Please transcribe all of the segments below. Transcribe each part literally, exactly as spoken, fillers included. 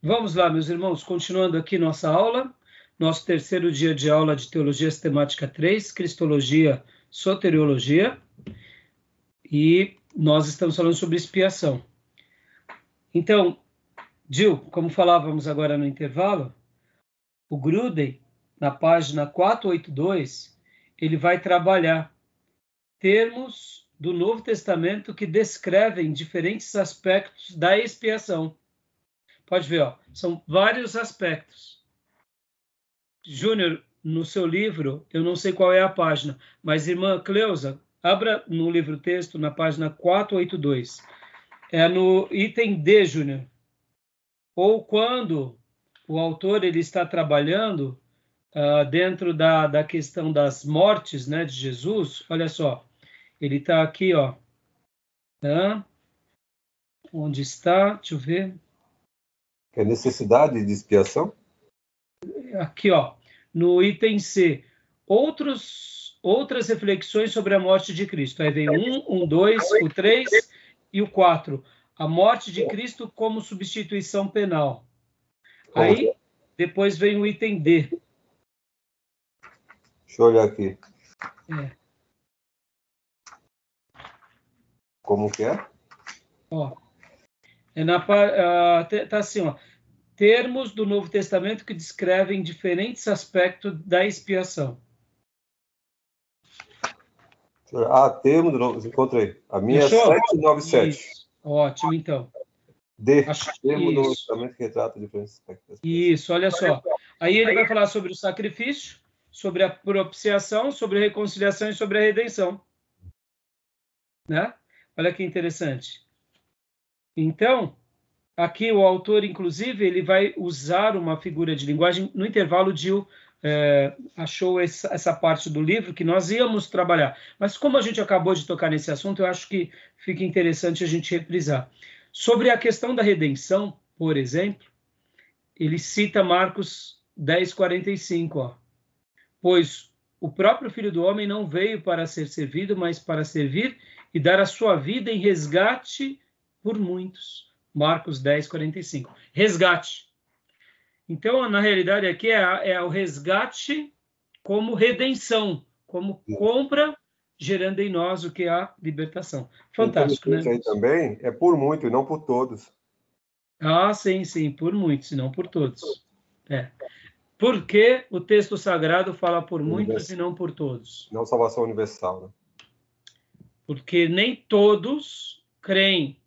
Vamos lá, meus irmãos, continuando aqui nossa aula, nosso terceiro dia de aula de Teologia Sistemática três, Cristologia, Soteriologia, e nós estamos falando sobre expiação. Então, Gil, como falávamos agora no intervalo, o Gruden, na página quatrocentos e oitenta e dois, ele vai trabalhar termos do Novo Testamento que descrevem diferentes aspectos da expiação. Pode ver, ó, são vários aspectos. Júnior, no seu livro, eu não sei qual é a página, mas irmã Cleusa, abra no livro-texto, na página quatrocentos e oitenta e dois. É no item D, Júnior. Ou quando o autor ele está trabalhando uh, dentro da, da questão das mortes, né, de Jesus, olha só, ele está aqui, ó. Tá? Onde está? Deixa eu ver. É necessidade de expiação? Aqui, ó, no item C, outros, outras reflexões sobre a morte de Cristo. Aí vem o um, o dois, o três e o quatro. A morte de Cristo como substituição penal. Aí, depois vem o item D. Deixa eu olhar aqui. É. Como que é? Ó, é na, uh, tá assim, ó. Termos do Novo Testamento que descrevem diferentes aspectos da expiação. Ah, termo do Novo... Encontrei. A minha é setecentos e noventa e sete. Isso. Ótimo, então. D. Acho... Termo Isso. do Novo Testamento que retrata diferentes aspectos. Isso, olha só. Aí ele vai falar sobre o sacrifício, sobre a propiciação, sobre a reconciliação e sobre a redenção. Né? Olha que interessante. Então, aqui o autor, inclusive, ele vai usar uma figura de linguagem. No intervalo, o Gil é, achou essa, essa parte do livro que nós íamos trabalhar. Mas como a gente acabou de tocar nesse assunto, eu acho que fica interessante a gente reprisar. Sobre a questão da redenção, por exemplo, ele cita Marcos dez, quarenta e cinco. Ó. Pois o próprio Filho do Homem não veio para ser servido, mas para servir e dar a sua vida em resgate por muitos. Marcos dez, quarenta e cinco. Resgate. Então, na realidade, aqui é, é o resgate como redenção, como compra, gerando em nós o que é a libertação. Fantástico, né? Aí também é por muito e não por todos. Ah, sim, sim, por muitos e não por todos. É. Porque o texto sagrado fala por muitos e não por todos. Não salvação universal, né? Porque nem todos creem.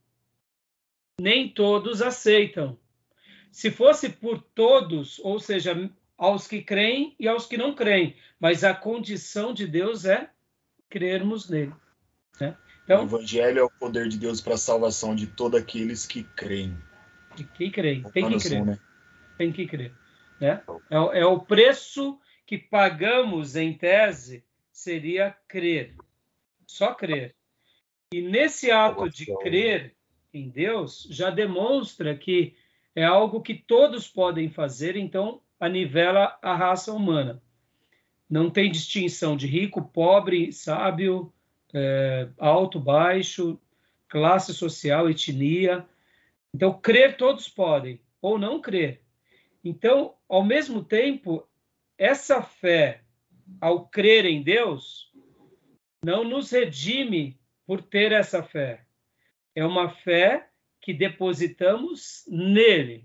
Nem todos aceitam. Se fosse por todos, ou seja, aos que creem e aos que não creem, mas a condição de Deus é crermos nele. Né? Então, o Evangelho é o poder de Deus para a salvação de todos aqueles que creem. E quem crê, tem que crer. Né? Tem que crer. Né? É, é o preço que pagamos, em tese, seria crer. Só crer. E nesse ato de crer em Deus, já demonstra que é algo que todos podem fazer, então anivela a raça humana. Não tem distinção de rico, pobre, sábio, é, alto, baixo, classe social, etnia. Então, crer todos podem, ou não crer. Então, ao mesmo tempo, essa fé, ao crer em Deus, não nos redime por ter essa fé. É uma fé que depositamos nele.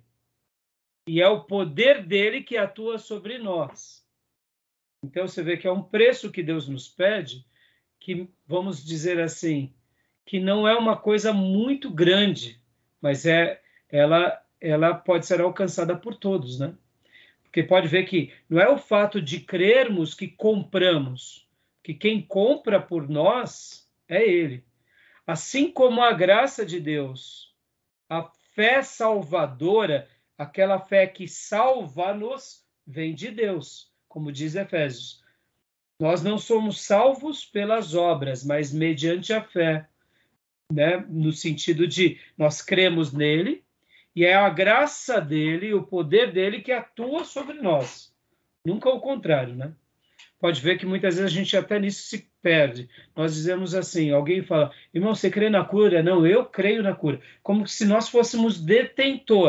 E é o poder dele que atua sobre nós. Então, você vê que é um preço que Deus nos pede, que, vamos dizer assim, que não é uma coisa muito grande, mas é, ela, ela pode ser alcançada por todos, né? Porque pode ver que não é o fato de crermos que compramos, que quem compra por nós é ele. Assim como a graça de Deus, a fé salvadora, aquela fé que salva-nos, vem de Deus, como diz Efésios. Nós não somos salvos pelas obras, mas mediante a fé, né? No sentido de nós cremos nele, e é a graça dele, o poder dele que atua sobre nós. Nunca o contrário, né? Pode ver que muitas vezes a gente até nisso se perde. Nós dizemos assim, alguém fala, irmão, você crê na cura? Não, eu creio na cura. Como se nós fôssemos detentor.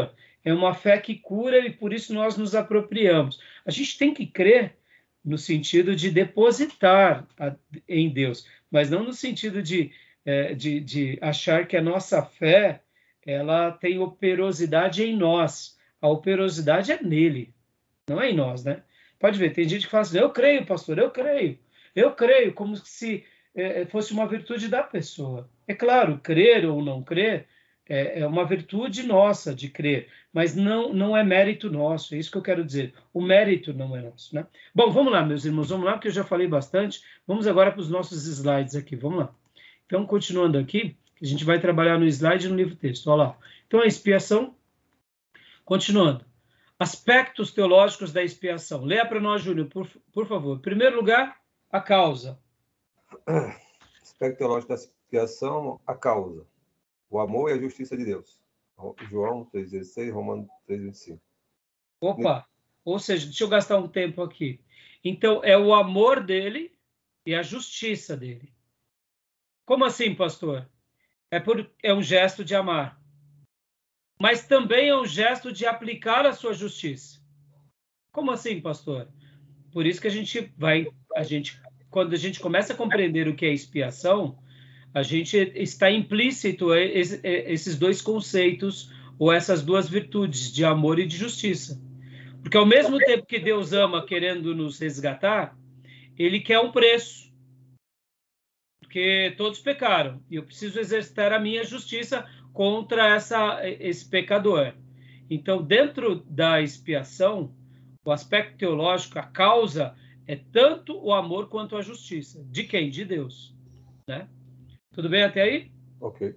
é uma fé que cura e por isso nós nos apropriamos. A gente tem que crer no sentido de depositar a, em Deus, mas não no sentido de, é, de, de achar que a nossa fé ela tem operosidade em nós. A operosidade é nele, não é em nós, né? Pode ver, tem gente que fala assim, eu creio, pastor, eu creio, eu creio, como se é, fosse uma virtude da pessoa. É claro, crer ou não crer é, é uma virtude nossa de crer, mas não, não é mérito nosso, é isso que eu quero dizer. O mérito não é nosso, né? Bom, vamos lá, meus irmãos, vamos lá, porque eu já falei bastante. Vamos agora para os nossos slides aqui, vamos lá. Então, continuando aqui, a gente vai trabalhar no slide e no livro-texto, olha lá. Então, a expiação, continuando. Aspectos teológicos da expiação. Leia para nós, Júnior, por, por favor. Em primeiro lugar, a causa. Aspecto teológico da expiação, a causa. O amor e a justiça de Deus. João três dezesseis, Romanos três vinte e cinco. Opa! Ou seja, deixa eu gastar um tempo aqui. Então, é o amor dele e a justiça dele. Como assim, pastor? É, por, é um gesto de amar. Mas também é um gesto de aplicar a sua justiça. Como assim, pastor? Por isso que a gente vai, a gente, quando a gente começa a compreender o que é expiação, a gente está implícito esses dois conceitos ou essas duas virtudes de amor e de justiça. Porque ao mesmo tempo que Deus ama querendo nos resgatar, ele quer um preço. Porque todos pecaram e eu preciso exercitar a minha justiça contra essa, esse pecador. Então, dentro da expiação, o aspecto teológico, a causa, é tanto o amor quanto a justiça. De quem? De Deus. Né? Tudo bem até aí? Ok.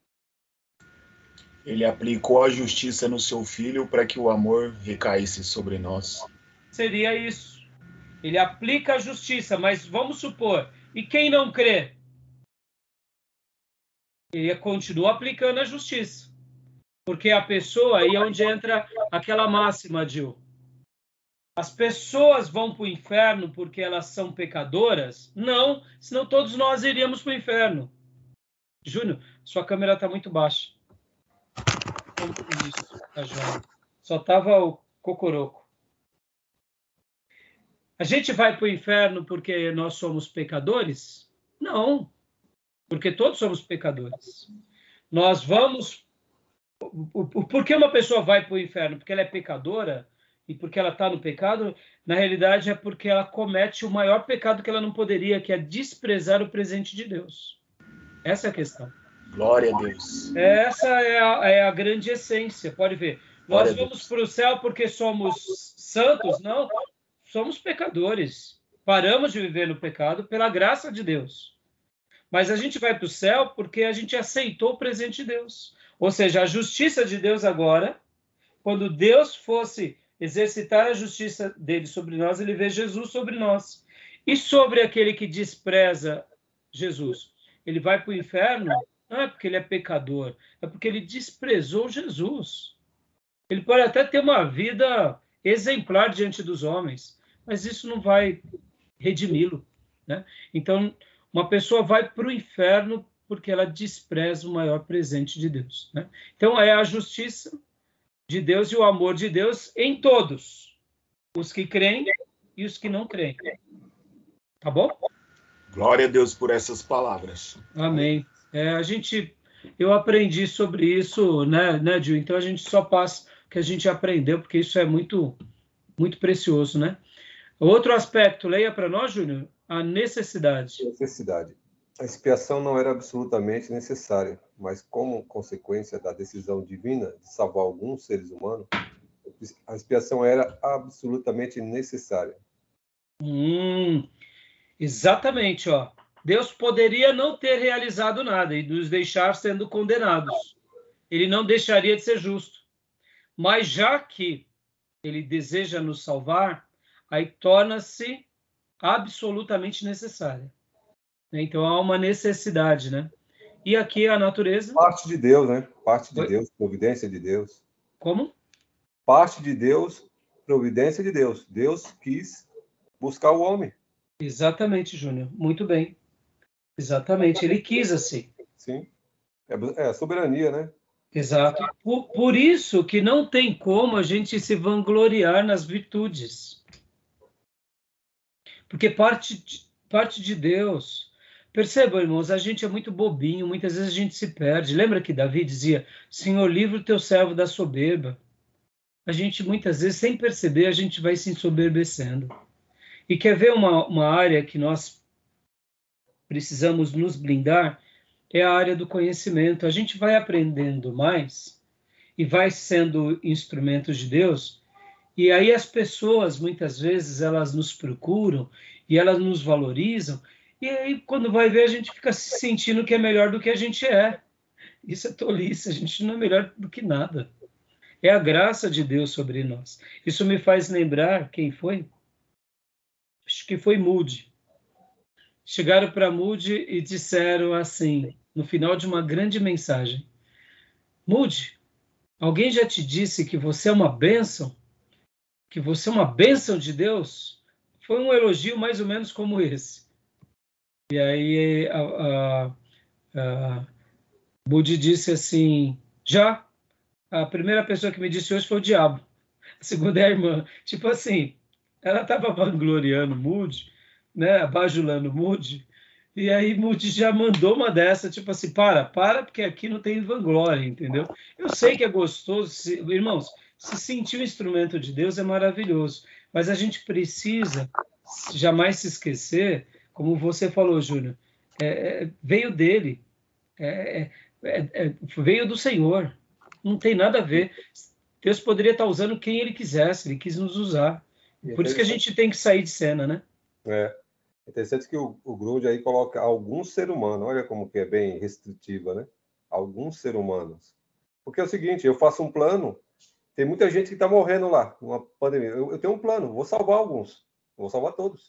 Ele aplicou a justiça no seu filho para que o amor recaísse sobre nós. Seria isso. Ele aplica a justiça, mas vamos supor, e quem não crê? Ele continua aplicando a justiça. Porque a pessoa, aí é onde entra aquela máxima, Gil. As pessoas vão para o inferno porque elas são pecadoras? Não, senão todos nós iríamos para o inferno. Júnior, sua câmera está muito baixa. Isso, tá joia. Só estava o cocoroco. A gente vai para o inferno porque nós somos pecadores? Não, porque todos somos pecadores. Nós vamos... Por que uma pessoa vai para o inferno? Porque ela é pecadora? E porque ela está no pecado? Na realidade, é porque ela comete o maior pecado que ela não poderia, que é desprezar o presente de Deus. Essa é a questão. Glória a Deus. Essa é a, é a grande essência. Pode ver. Nós vamos para o céu porque somos santos? Não. Somos pecadores. Paramos de viver no pecado pela graça de Deus. Mas a gente vai para o céu porque a gente aceitou o presente de Deus. Ou seja, a justiça de Deus agora, quando Deus fosse exercitar a justiça dele sobre nós, ele vê Jesus sobre nós. E sobre aquele que despreza Jesus? Ele vai para o inferno? Não é porque ele é pecador, é porque ele desprezou Jesus. Ele pode até ter uma vida exemplar diante dos homens, mas isso não vai redimi-lo, né? Então, uma pessoa vai para o inferno porque ela despreza o maior presente de Deus, né? Então, é a justiça de Deus e o amor de Deus em todos, os que creem e os que não creem. Tá bom? Glória a Deus por essas palavras. Amém. É, a gente, eu aprendi sobre isso, né, né, Gil? Então a gente só passa o que a gente aprendeu, porque isso é muito, muito precioso, né? Outro aspecto, leia para nós, Júnior, a necessidade. Necessidade. A expiação não era absolutamente necessária, mas como consequência da decisão divina de salvar alguns seres humanos, a expiação era absolutamente necessária. Hum, exatamente, ó. Deus poderia não ter realizado nada e nos deixar sendo condenados. Ele não deixaria de ser justo. Mas já que ele deseja nos salvar, aí torna-se absolutamente necessária. Então há uma necessidade, né? E aqui a natureza... Parte de Deus, né? Parte de Oi? Deus, providência de Deus. Como? Parte de Deus, providência de Deus. Deus quis buscar o homem. Exatamente, Júnior. Muito bem. Exatamente. Ele quis assim. Sim. É, é a soberania, né? Exato. Por, por isso que não tem como a gente se vangloriar nas virtudes. Porque parte de, parte de Deus. Percebam, irmãos, a gente é muito bobinho, muitas vezes a gente se perde. Lembra que Davi dizia, Senhor, livra o teu servo da soberba. A gente, muitas vezes, sem perceber, a gente vai se ensoberbecendo. E quer ver uma, uma área que nós precisamos nos blindar? É a área do conhecimento. A gente vai aprendendo mais e vai sendo instrumentos de Deus, e aí as pessoas, muitas vezes, elas nos procuram e elas nos valorizam, e aí, quando vai ver, a gente fica se sentindo que é melhor do que a gente é. Isso é tolice, a gente não é melhor do que nada. É a graça de Deus sobre nós. Isso me faz lembrar, quem foi? Acho que foi Moody. Chegaram para Moody e disseram assim, no final de uma grande mensagem, Moody, alguém já te disse que você é uma bênção? Que você é uma bênção de Deus? Foi um elogio mais ou menos como esse. E aí a, a, a Moody disse assim, já, a primeira pessoa que me disse hoje foi o diabo, a segunda é a irmã. Tipo assim, ela estava vangloriando Moody, né, abajulando Moody, e aí Moody já mandou uma dessa, tipo assim, para, para, porque aqui não tem vanglória, entendeu? Eu sei que é gostoso, se, irmãos, se sentir um instrumento de Deus é maravilhoso, mas a gente precisa jamais se esquecer, como você falou, Júnior, é, é, veio dele, é, é, é, veio do Senhor, não tem nada a ver. Deus poderia estar usando quem ele quisesse, ele quis nos usar. Por isso que a gente tem que sair de cena, né? É. É interessante que o, o Grund aí coloca algum ser humano, olha como que é bem restritiva, né? Alguns seres humanos. Porque é o seguinte, eu faço um plano, tem muita gente que está morrendo lá, numa pandemia. Eu, eu tenho um plano, vou salvar alguns, vou salvar todos.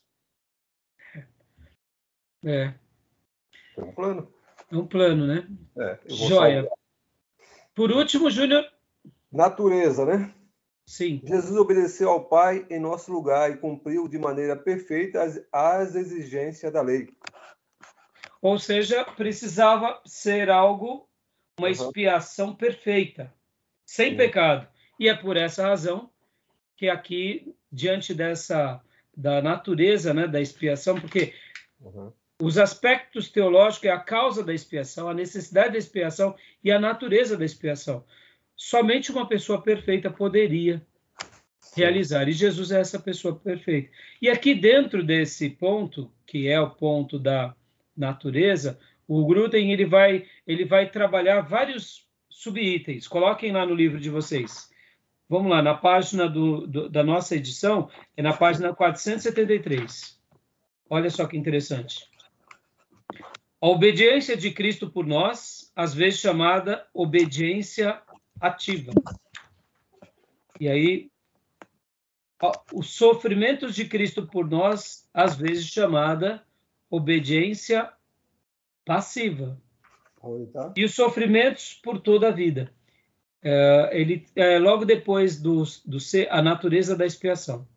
É. É um plano. É um plano, né? É, eu vou Joia. salvar. Por último, Júnior. Natureza, né? Sim. Jesus obedeceu ao Pai em nosso lugar e cumpriu de maneira perfeita as, as exigências da lei. Ou seja, precisava ser algo, uma Uhum. expiação perfeita, sem Sim. pecado. E é por essa razão que aqui, diante dessa, da natureza, né, da expiação, porque Uhum. os aspectos teológicos é a causa da expiação, a necessidade da expiação e a natureza da expiação. Somente uma pessoa perfeita poderia Sim. realizar, e Jesus é essa pessoa perfeita. E aqui dentro desse ponto, que é o ponto da natureza, o Gruden ele vai, ele vai trabalhar vários subitens. Coloquem lá no livro de vocês. Vamos lá, na página do, do, da nossa edição, é na página quatrocentos e setenta e três. Olha só que interessante. A obediência de Cristo por nós, às vezes chamada obediência ativa. E aí, os sofrimentos de Cristo por nós, às vezes chamada obediência passiva. Oi, tá? E os sofrimentos por toda a vida. É, ele, é, logo depois do, do ser a natureza da expiação.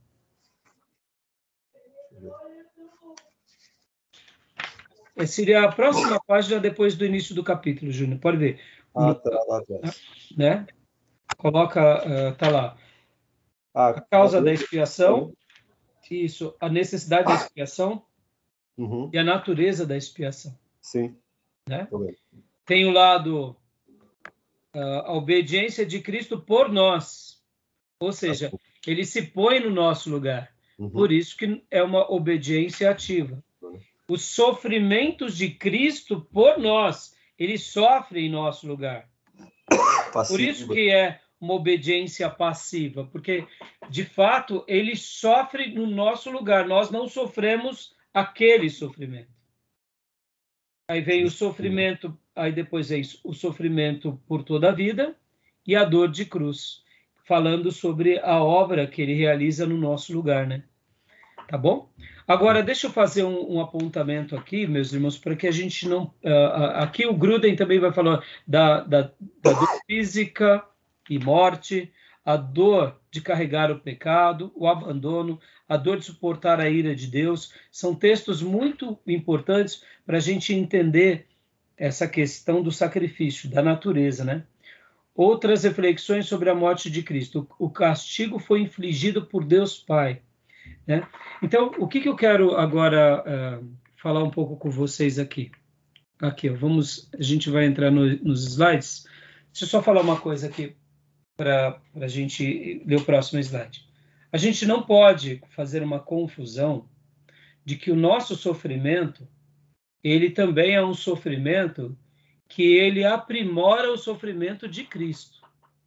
Essa seria a próxima página depois do início do capítulo, Júnior. Pode ver. Ah, tá, lá atrás. Né? Coloca, uh, tá lá. Ah, a causa da expiação, isso, a necessidade da expiação uhum. e a natureza da expiação. Sim. Né? Tem o lado, uh, a obediência de Cristo por nós. Ou seja, ele se põe no nosso lugar. Uhum. Por isso que é uma obediência ativa. Uhum. Os sofrimentos de Cristo por nós, ele sofre em nosso lugar. Passiva. Por isso que é uma obediência passiva, porque, de fato, ele sofre no nosso lugar. Nós não sofremos aquele sofrimento. Aí vem o sofrimento, aí depois vem o sofrimento por toda a vida e a dor de cruz, falando sobre a obra que ele realiza no nosso lugar, né? Tá bom? Agora, deixa eu fazer um, um apontamento aqui, meus irmãos, para que a gente não... Uh, aqui o Gruden também vai falar da, da, da dor física e morte, a dor de carregar o pecado, o abandono, a dor de suportar a ira de Deus. São textos muito importantes para a gente entender essa questão do sacrifício, da natureza, né? outras reflexões sobre a morte de Cristo. O castigo foi infligido por Deus Pai, né? Então, o que, que eu quero agora uh, falar um pouco com vocês aqui? Aqui, ó, vamos, a gente vai entrar no, nos slides. Deixa eu só falar uma coisa aqui para a gente ler o próximo slide. A gente não pode fazer uma confusão de que o nosso sofrimento, ele também é um sofrimento que ele aprimora o sofrimento de Cristo.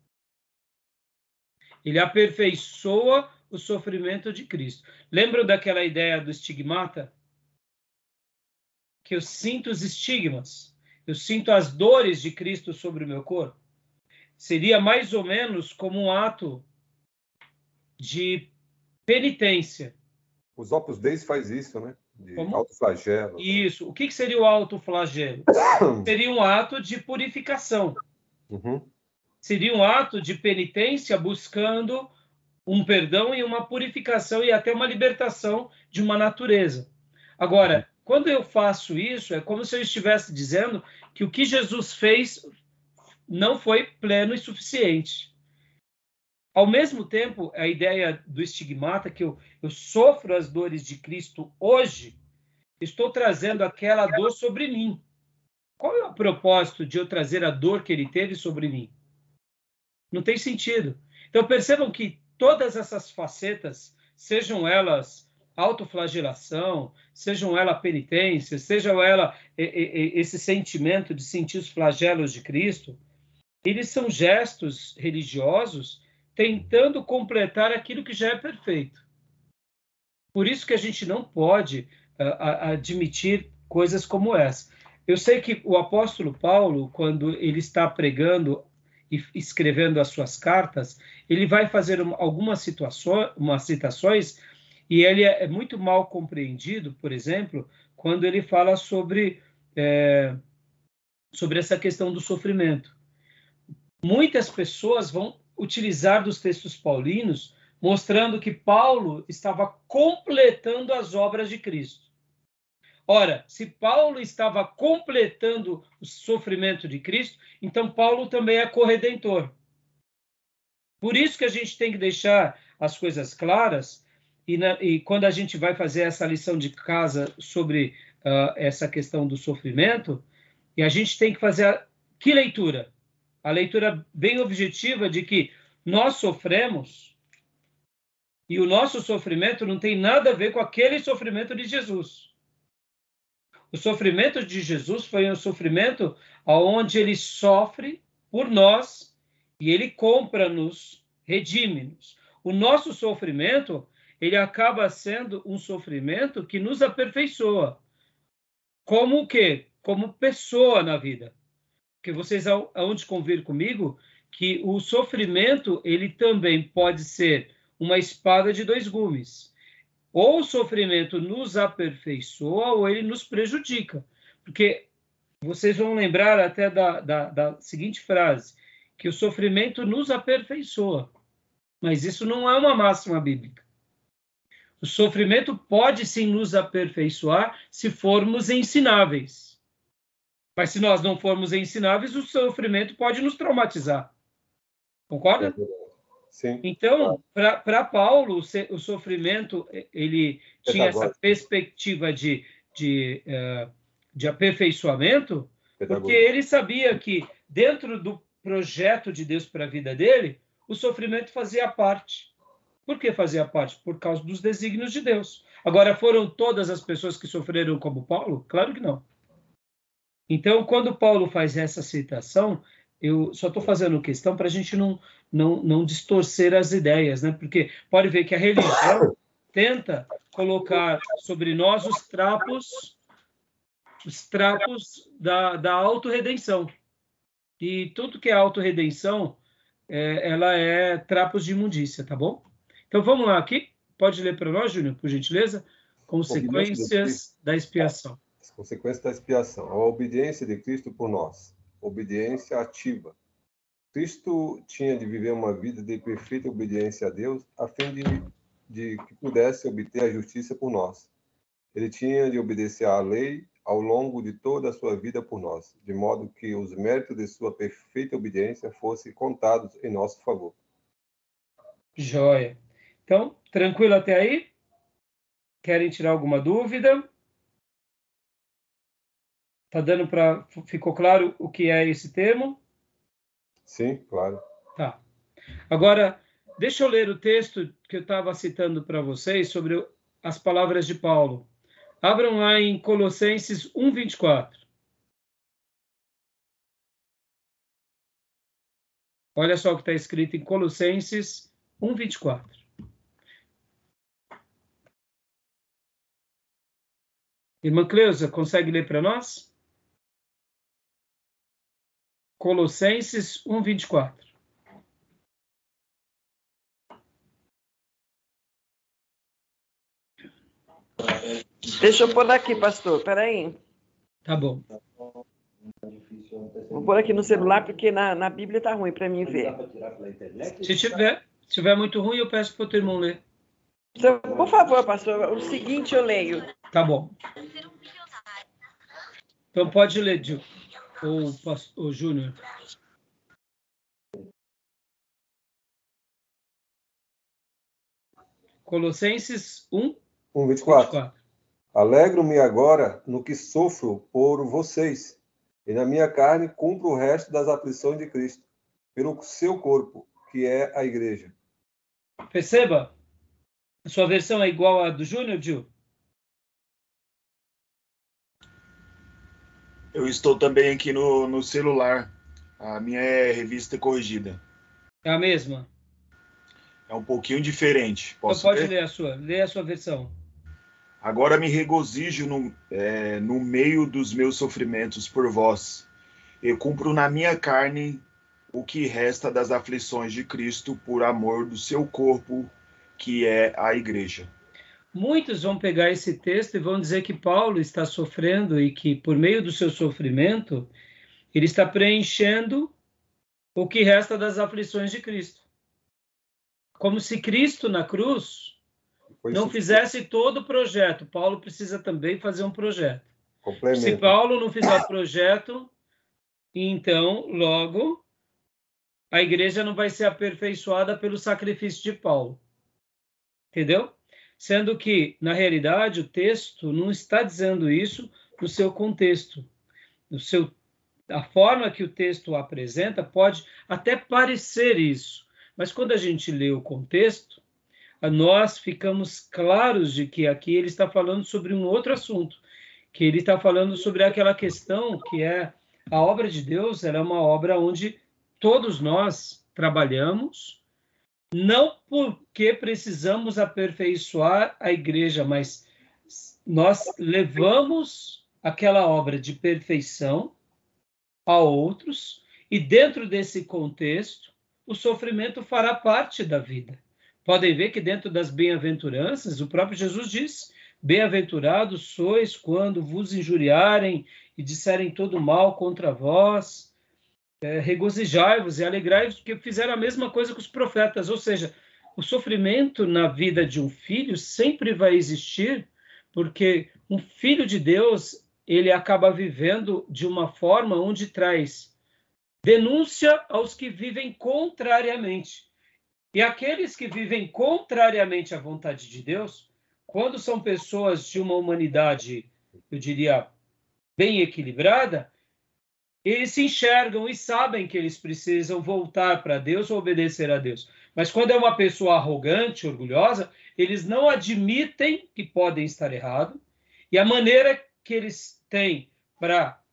Ele aperfeiçoa o sofrimento de Cristo. Lembram daquela ideia do estigmata? Que eu sinto os estigmas, eu sinto as dores de Cristo sobre o meu corpo. Seria mais ou menos como um ato de penitência. Os Opus Dei faz isso, né? De Como? autoflagelo. Isso. O que que seria o autoflagelo? Seria um ato de purificação. Uhum. Seria um ato de penitência buscando um perdão e uma purificação e até uma libertação de uma natureza. Agora, quando eu faço isso, é como se eu estivesse dizendo que o que Jesus fez não foi pleno e suficiente. Ao mesmo tempo, a ideia do estigmata, que eu, eu sofro as dores de Cristo hoje, estou trazendo aquela dor sobre mim. Qual é o propósito de eu trazer a dor que ele teve sobre mim? Não tem sentido. Então, percebam que todas essas facetas, sejam elas autoflagelação, sejam elas penitência, sejam elas esse sentimento de sentir os flagelos de Cristo, eles são gestos religiosos tentando completar aquilo que já é perfeito. Por isso que a gente não pode uh, admitir coisas como essa. Eu sei que o apóstolo Paulo, quando ele está pregando e escrevendo as suas cartas, ele vai fazer uma, algumas situações, umas citações, e ele é muito mal compreendido, por exemplo, quando ele fala sobre, é, sobre essa questão do sofrimento. Muitas pessoas vão utilizar dos textos paulinos, mostrando que Paulo estava completando as obras de Cristo. Ora, se Paulo estava completando o sofrimento de Cristo, então Paulo também é corredentor. Por isso que a gente tem que deixar as coisas claras, e, na, e quando a gente vai fazer essa lição de casa sobre uh, essa questão do sofrimento, e a gente tem que fazer a, que leitura? A leitura bem objetiva de que nós sofremos e o nosso sofrimento não tem nada a ver com aquele sofrimento de Jesus. O sofrimento de Jesus foi um sofrimento onde ele sofre por nós e ele compra-nos, redime-nos. O nosso sofrimento, ele acaba sendo um sofrimento que nos aperfeiçoa. Como o quê? Como pessoa na vida. Porque vocês hão de convir comigo que o sofrimento, ele também pode ser uma espada de dois gumes. Ou o sofrimento nos aperfeiçoa ou ele nos prejudica. Porque vocês vão lembrar até da, da, da seguinte frase, que o sofrimento nos aperfeiçoa. Mas isso não é uma máxima bíblica. O sofrimento pode sim nos aperfeiçoar se formos ensináveis. Mas se nós não formos ensináveis, o sofrimento pode nos traumatizar. Concorda? Sim. Então, para Paulo, o sofrimento, ele tinha essa perspectiva de, de, de aperfeiçoamento, porque ele sabia que dentro do projeto de Deus para a vida dele, o sofrimento fazia parte. Por que fazia parte? Por causa dos desígnios de Deus. Agora, foram todas as pessoas que sofreram como Paulo? Claro que não. Então, quando Paulo faz essa citação, eu só estou fazendo questão para a gente não, não, não distorcer as ideias, né? Porque pode ver que a religião tenta colocar sobre nós os trapos, os trapos da, da autorredenção. E tudo que é autorredenção, é, ela é trapos de imundícia, tá bom? Então vamos lá aqui. Pode ler para nós, Júnior, por gentileza? Consequências da expiação. As consequências da expiação. A obediência de Cristo por nós. Obediência ativa. Cristo tinha de viver uma vida de perfeita obediência a Deus, a fim de, de que pudesse obter a justiça por nós. Ele tinha de obedecer à lei, ao longo de toda a sua vida por nós, de modo que os méritos de sua perfeita obediência fossem contados em nosso favor. Joia. Então, tranquilo até aí? Querem tirar alguma dúvida? Tá dando para... Ficou claro o que é esse termo? Sim, claro. Tá. Agora, deixa eu ler o texto que eu estava citando para vocês sobre as palavras de Paulo. Abram lá em Colossenses um, vinte e quatro. Olha só o que está escrito em Colossenses um, vinte e quatro. Irmã Cleusa, consegue ler para nós? Colossenses um, vinte e quatro. Deixa eu pôr aqui, pastor. Espera aí. Tá bom. Vou pôr aqui no celular, porque na, na Bíblia tá ruim para mim ver. Se tiver, se tiver muito ruim, eu peço para o teu irmão ler. Por favor, pastor, o seguinte eu leio. Tá bom. Então pode ler, Gil. Ou, ou Júnior. Colossenses um, um, vinte e quatro. Alegro-me agora no que sofro por vocês, e na minha carne cumpro o resto das aflições de Cristo, pelo seu corpo, que é a igreja. Perceba, a sua versão é igual à do Júnior, Gil? Eu estou também aqui no, no celular. A minha é revista corrigida. É a mesma? É um pouquinho diferente. Posso então pode ler? ler a sua. Lê a sua versão. Agora me regozijo no, é, no meio dos meus sofrimentos por vós. Eu cumpro na minha carne o que resta das aflições de Cristo por amor do seu corpo, que é a igreja. Muitos vão pegar esse texto e vão dizer que Paulo está sofrendo e que, por meio do seu sofrimento, ele está preenchendo o que resta das aflições de Cristo. Como se Cristo, na cruz, não fizesse todo o projeto. Paulo precisa também fazer um projeto. Se Paulo não fizer o projeto, então, logo, a igreja não vai ser aperfeiçoada pelo sacrifício de Paulo. Entendeu? Sendo que, na realidade, o texto não está dizendo isso no seu contexto. No seu, a forma que o texto apresenta pode até parecer isso, mas quando a gente lê o contexto, nós ficamos claros de que aqui ele está falando sobre um outro assunto, que ele está falando sobre aquela questão que é a obra de Deus, ela é uma obra onde todos nós trabalhamos, não porque precisamos aperfeiçoar a igreja, mas nós levamos aquela obra de perfeição a outros, e dentro desse contexto, o sofrimento fará parte da vida. Podem ver que dentro das bem-aventuranças, o próprio Jesus diz, bem-aventurados sois quando vos injuriarem e disserem todo mal contra vós, é, regozijai-vos e alegrai-vos, porque fizeram a mesma coisa com os profetas. Ou seja, o sofrimento na vida de um filho sempre vai existir, porque um filho de Deus, ele acaba vivendo de uma forma onde traz denúncia aos que vivem contrariamente. E aqueles que vivem contrariamente à vontade de Deus, quando são pessoas de uma humanidade, eu diria, bem equilibrada, eles se enxergam e sabem que eles precisam voltar para Deus ou obedecer a Deus. Mas quando é uma pessoa arrogante, orgulhosa, eles não admitem que podem estar errados, e a maneira que eles têm para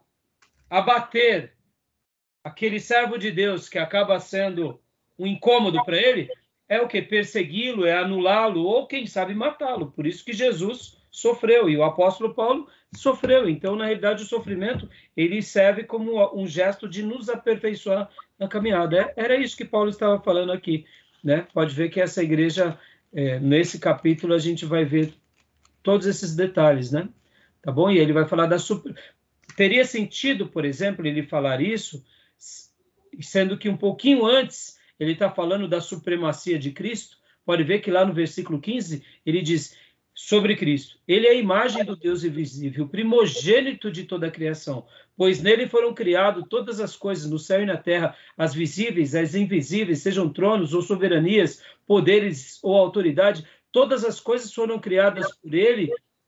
abater aquele servo de Deus que acaba sendo um incômodo para ele, é o que? Persegui-lo, é anulá-lo, ou quem sabe matá-lo. Por isso que Jesus sofreu, e o apóstolo Paulo sofreu. Então, na realidade, o sofrimento, ele serve como um gesto de nos aperfeiçoar na caminhada. Era isso que Paulo estava falando aqui, né? Pode ver que essa igreja, é, nesse capítulo, a gente vai ver todos esses detalhes, né? Tá bom? E ele vai falar da... Super... Teria sentido, por exemplo, ele falar isso, sendo que um pouquinho antes ele está falando da supremacia de Cristo. Pode ver que lá no versículo quinze, ele diz, sobre Cristo. Ele é a imagem do Deus invisível, o primogênito de toda a criação, pois nele foram criadas todas as coisas no céu e na terra, as visíveis, as invisíveis, sejam tronos ou soberanias, poderes ou autoridade, todas as coisas foram criadas por ele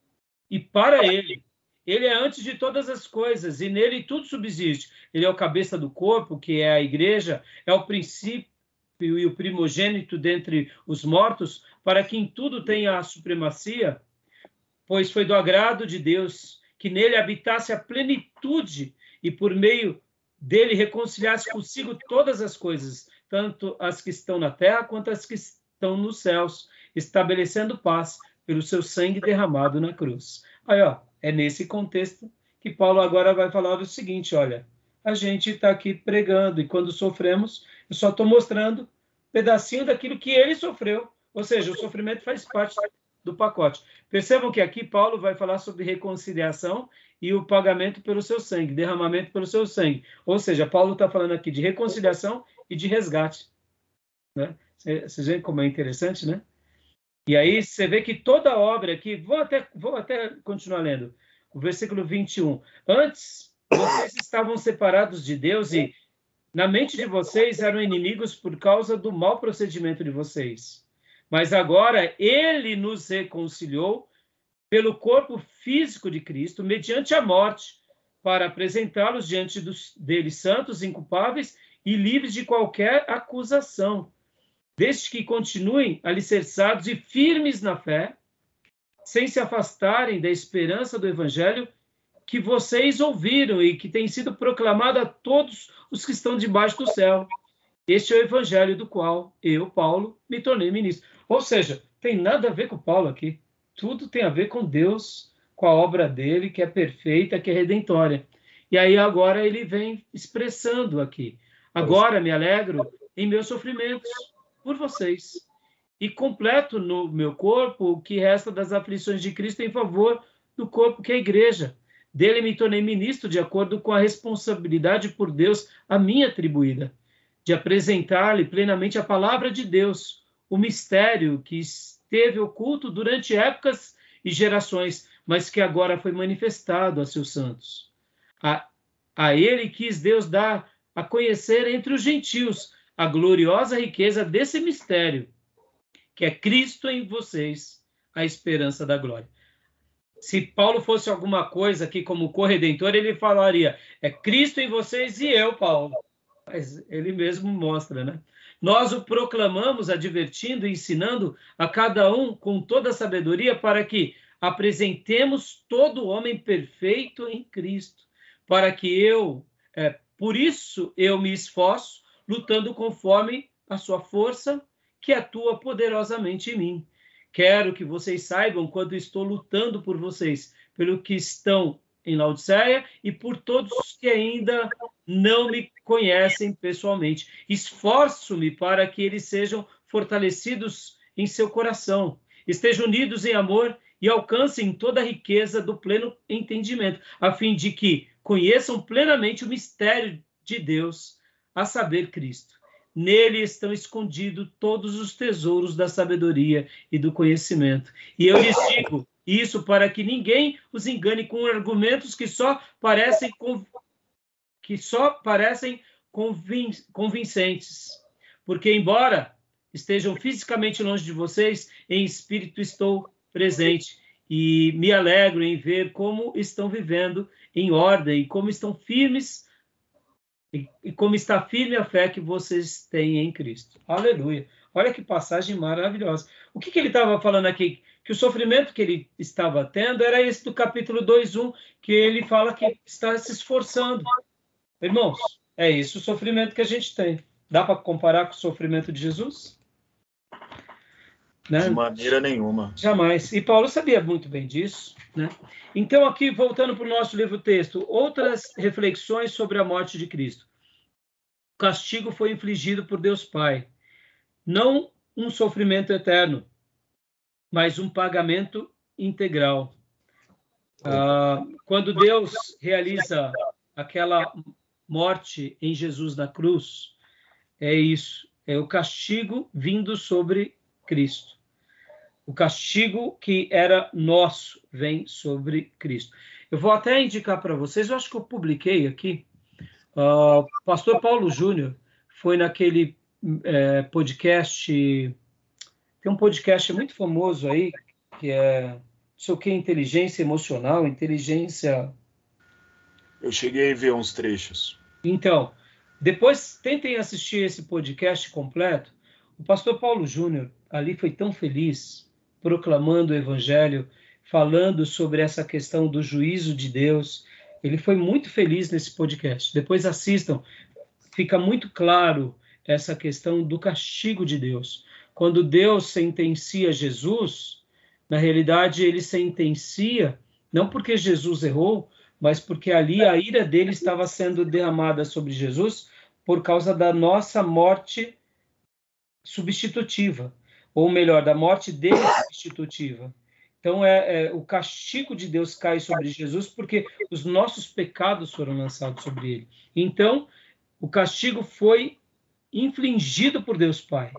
e para ele. Ele é antes de todas as coisas, e nele tudo subsiste. Ele é o cabeça do corpo, que é a igreja, é o princípio e o primogênito dentre os mortos, para que em tudo tenha a supremacia, pois foi do agrado de Deus que nele habitasse a plenitude e por meio dele reconciliasse consigo todas as coisas, tanto as que estão na terra quanto as que estão nos céus, estabelecendo paz pelo seu sangue derramado na cruz. Aí, ó, é nesse contexto que Paulo agora vai falar o seguinte, olha, a gente está aqui pregando e quando sofremos, eu só estou mostrando um pedacinho daquilo que ele sofreu, ou seja, o sofrimento faz parte do pacote. Percebam que aqui Paulo vai falar sobre reconciliação e o pagamento pelo seu sangue, derramamento pelo seu sangue. Ou seja, Paulo está falando aqui de reconciliação e de resgate. Né? Vocês veem como é interessante, né? E aí você vê que toda a obra aqui, vou até, vou até continuar lendo, o versículo vinte e um. Antes, vocês estavam separados de Deus e na mente de vocês eram inimigos por causa do mau procedimento de vocês. Mas agora ele nos reconciliou pelo corpo físico de Cristo, mediante a morte, para apresentá-los diante dos, deles santos, inculpáveis e livres de qualquer acusação, desde que continuem alicerçados e firmes na fé, sem se afastarem da esperança do Evangelho que vocês ouviram e que tem sido proclamado a todos os que estão debaixo do céu. Este é o Evangelho do qual eu, Paulo, me tornei ministro. Ou seja, tem nada a ver com Paulo aqui. Tudo tem a ver com Deus, com a obra dele, que é perfeita, que é redentória. E aí agora ele vem expressando aqui. Agora me alegro em meus sofrimentos por vocês e completo no meu corpo o que resta das aflições de Cristo em favor do corpo que é a igreja. Dele me tornei ministro de acordo com a responsabilidade por Deus a mim atribuída, de apresentar-lhe plenamente a palavra de Deus, o mistério que esteve oculto durante épocas e gerações, mas que agora foi manifestado a seus santos. A, a ele quis Deus dar a conhecer entre os gentios a gloriosa riqueza desse mistério, que é Cristo em vocês, a esperança da glória. Se Paulo fosse alguma coisa aqui como corredentor, ele falaria, é Cristo em vocês e eu, Paulo. Mas ele mesmo mostra, né? Nós o proclamamos, advertindo e ensinando a cada um com toda a sabedoria para que apresentemos todo homem perfeito em Cristo, para que eu, é, por isso eu me esforço, lutando conforme a sua força que atua poderosamente em mim. Quero que vocês saibam quanto estou lutando por vocês, pelo que estão em Laodiceia e por todos que ainda não me conhecem pessoalmente. Esforço-me para que eles sejam fortalecidos em seu coração, estejam unidos em amor e alcancem toda a riqueza do pleno entendimento, a fim de que conheçam plenamente o mistério de Deus, a saber, Cristo. Nele estão escondidos todos os tesouros da sabedoria e do conhecimento. E eu lhes digo isso para que ninguém os engane com argumentos que só parecem, conv... que só parecem convin... convincentes. Porque, embora estejam fisicamente longe de vocês, em espírito estou presente. E me alegro em ver como estão vivendo em ordem e como estão firmes e como está firme a fé que vocês têm em Cristo. Aleluia. Olha que passagem maravilhosa. O que, que ele estava falando aqui? Que o sofrimento que ele estava tendo era esse do capítulo dois, um, que ele fala que está se esforçando. Irmãos, é isso o sofrimento que a gente tem. Dá para comparar com o sofrimento de Jesus? Né? De maneira nenhuma. Jamais. E Paulo sabia muito bem disso. Né? Então, aqui, voltando para o nosso livro-texto, outras reflexões sobre a morte de Cristo. O castigo foi infligido por Deus Pai. Não um sofrimento eterno, mas um pagamento integral. Ah, quando Deus realiza aquela morte em Jesus na cruz, é isso. É o castigo vindo sobre Cristo. O castigo que era nosso vem sobre Cristo. Eu vou até indicar para vocês, eu acho que eu publiquei aqui, o uh, pastor Paulo Júnior foi naquele é, podcast, tem um podcast muito famoso aí, que é, não sei o que, inteligência emocional, inteligência... Eu cheguei a ver uns trechos. Então, depois tentem assistir esse podcast completo. O pastor Paulo Júnior ali foi tão feliz, proclamando o evangelho, falando sobre essa questão do juízo de Deus. Ele foi muito feliz nesse podcast. Depois assistam, fica muito claro essa questão do castigo de Deus. Quando Deus sentencia Jesus, na realidade ele sentencia, não porque Jesus errou, mas porque ali a ira dele estava sendo derramada sobre Jesus por causa da nossa morte substitutiva, ou melhor, da morte dele substitutiva. Então, é, é, o castigo de Deus cai sobre Jesus porque os nossos pecados foram lançados sobre ele. Então, o castigo foi infligido por Deus Pai,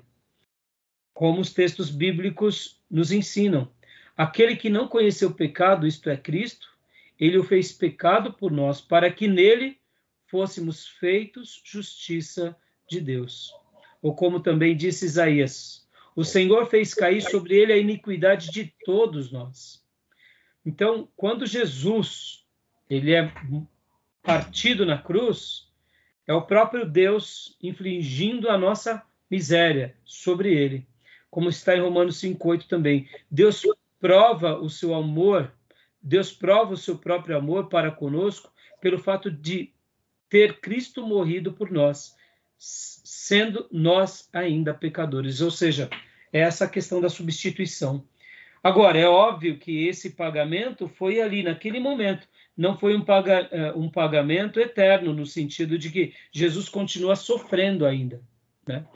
como os textos bíblicos nos ensinam. Aquele que não conheceu o pecado, isto é, Cristo, ele o fez pecado por nós, para que nele fôssemos feitos justiça de Deus. Ou como também disse Isaías, o Senhor fez cair sobre ele a iniquidade de todos nós. Então, quando Jesus ele é partido na cruz, é o próprio Deus infligindo a nossa miséria sobre ele. Como está em Romanos cinco, oito também. Deus prova o seu amor, Deus prova o seu próprio amor para conosco pelo fato de ter Cristo morrido por nós, sendo nós ainda pecadores. Ou seja, é essa questão da substituição. Agora, é óbvio que esse pagamento foi ali, naquele momento. Não foi um, paga, um pagamento eterno, no sentido de que Jesus continua sofrendo ainda, né?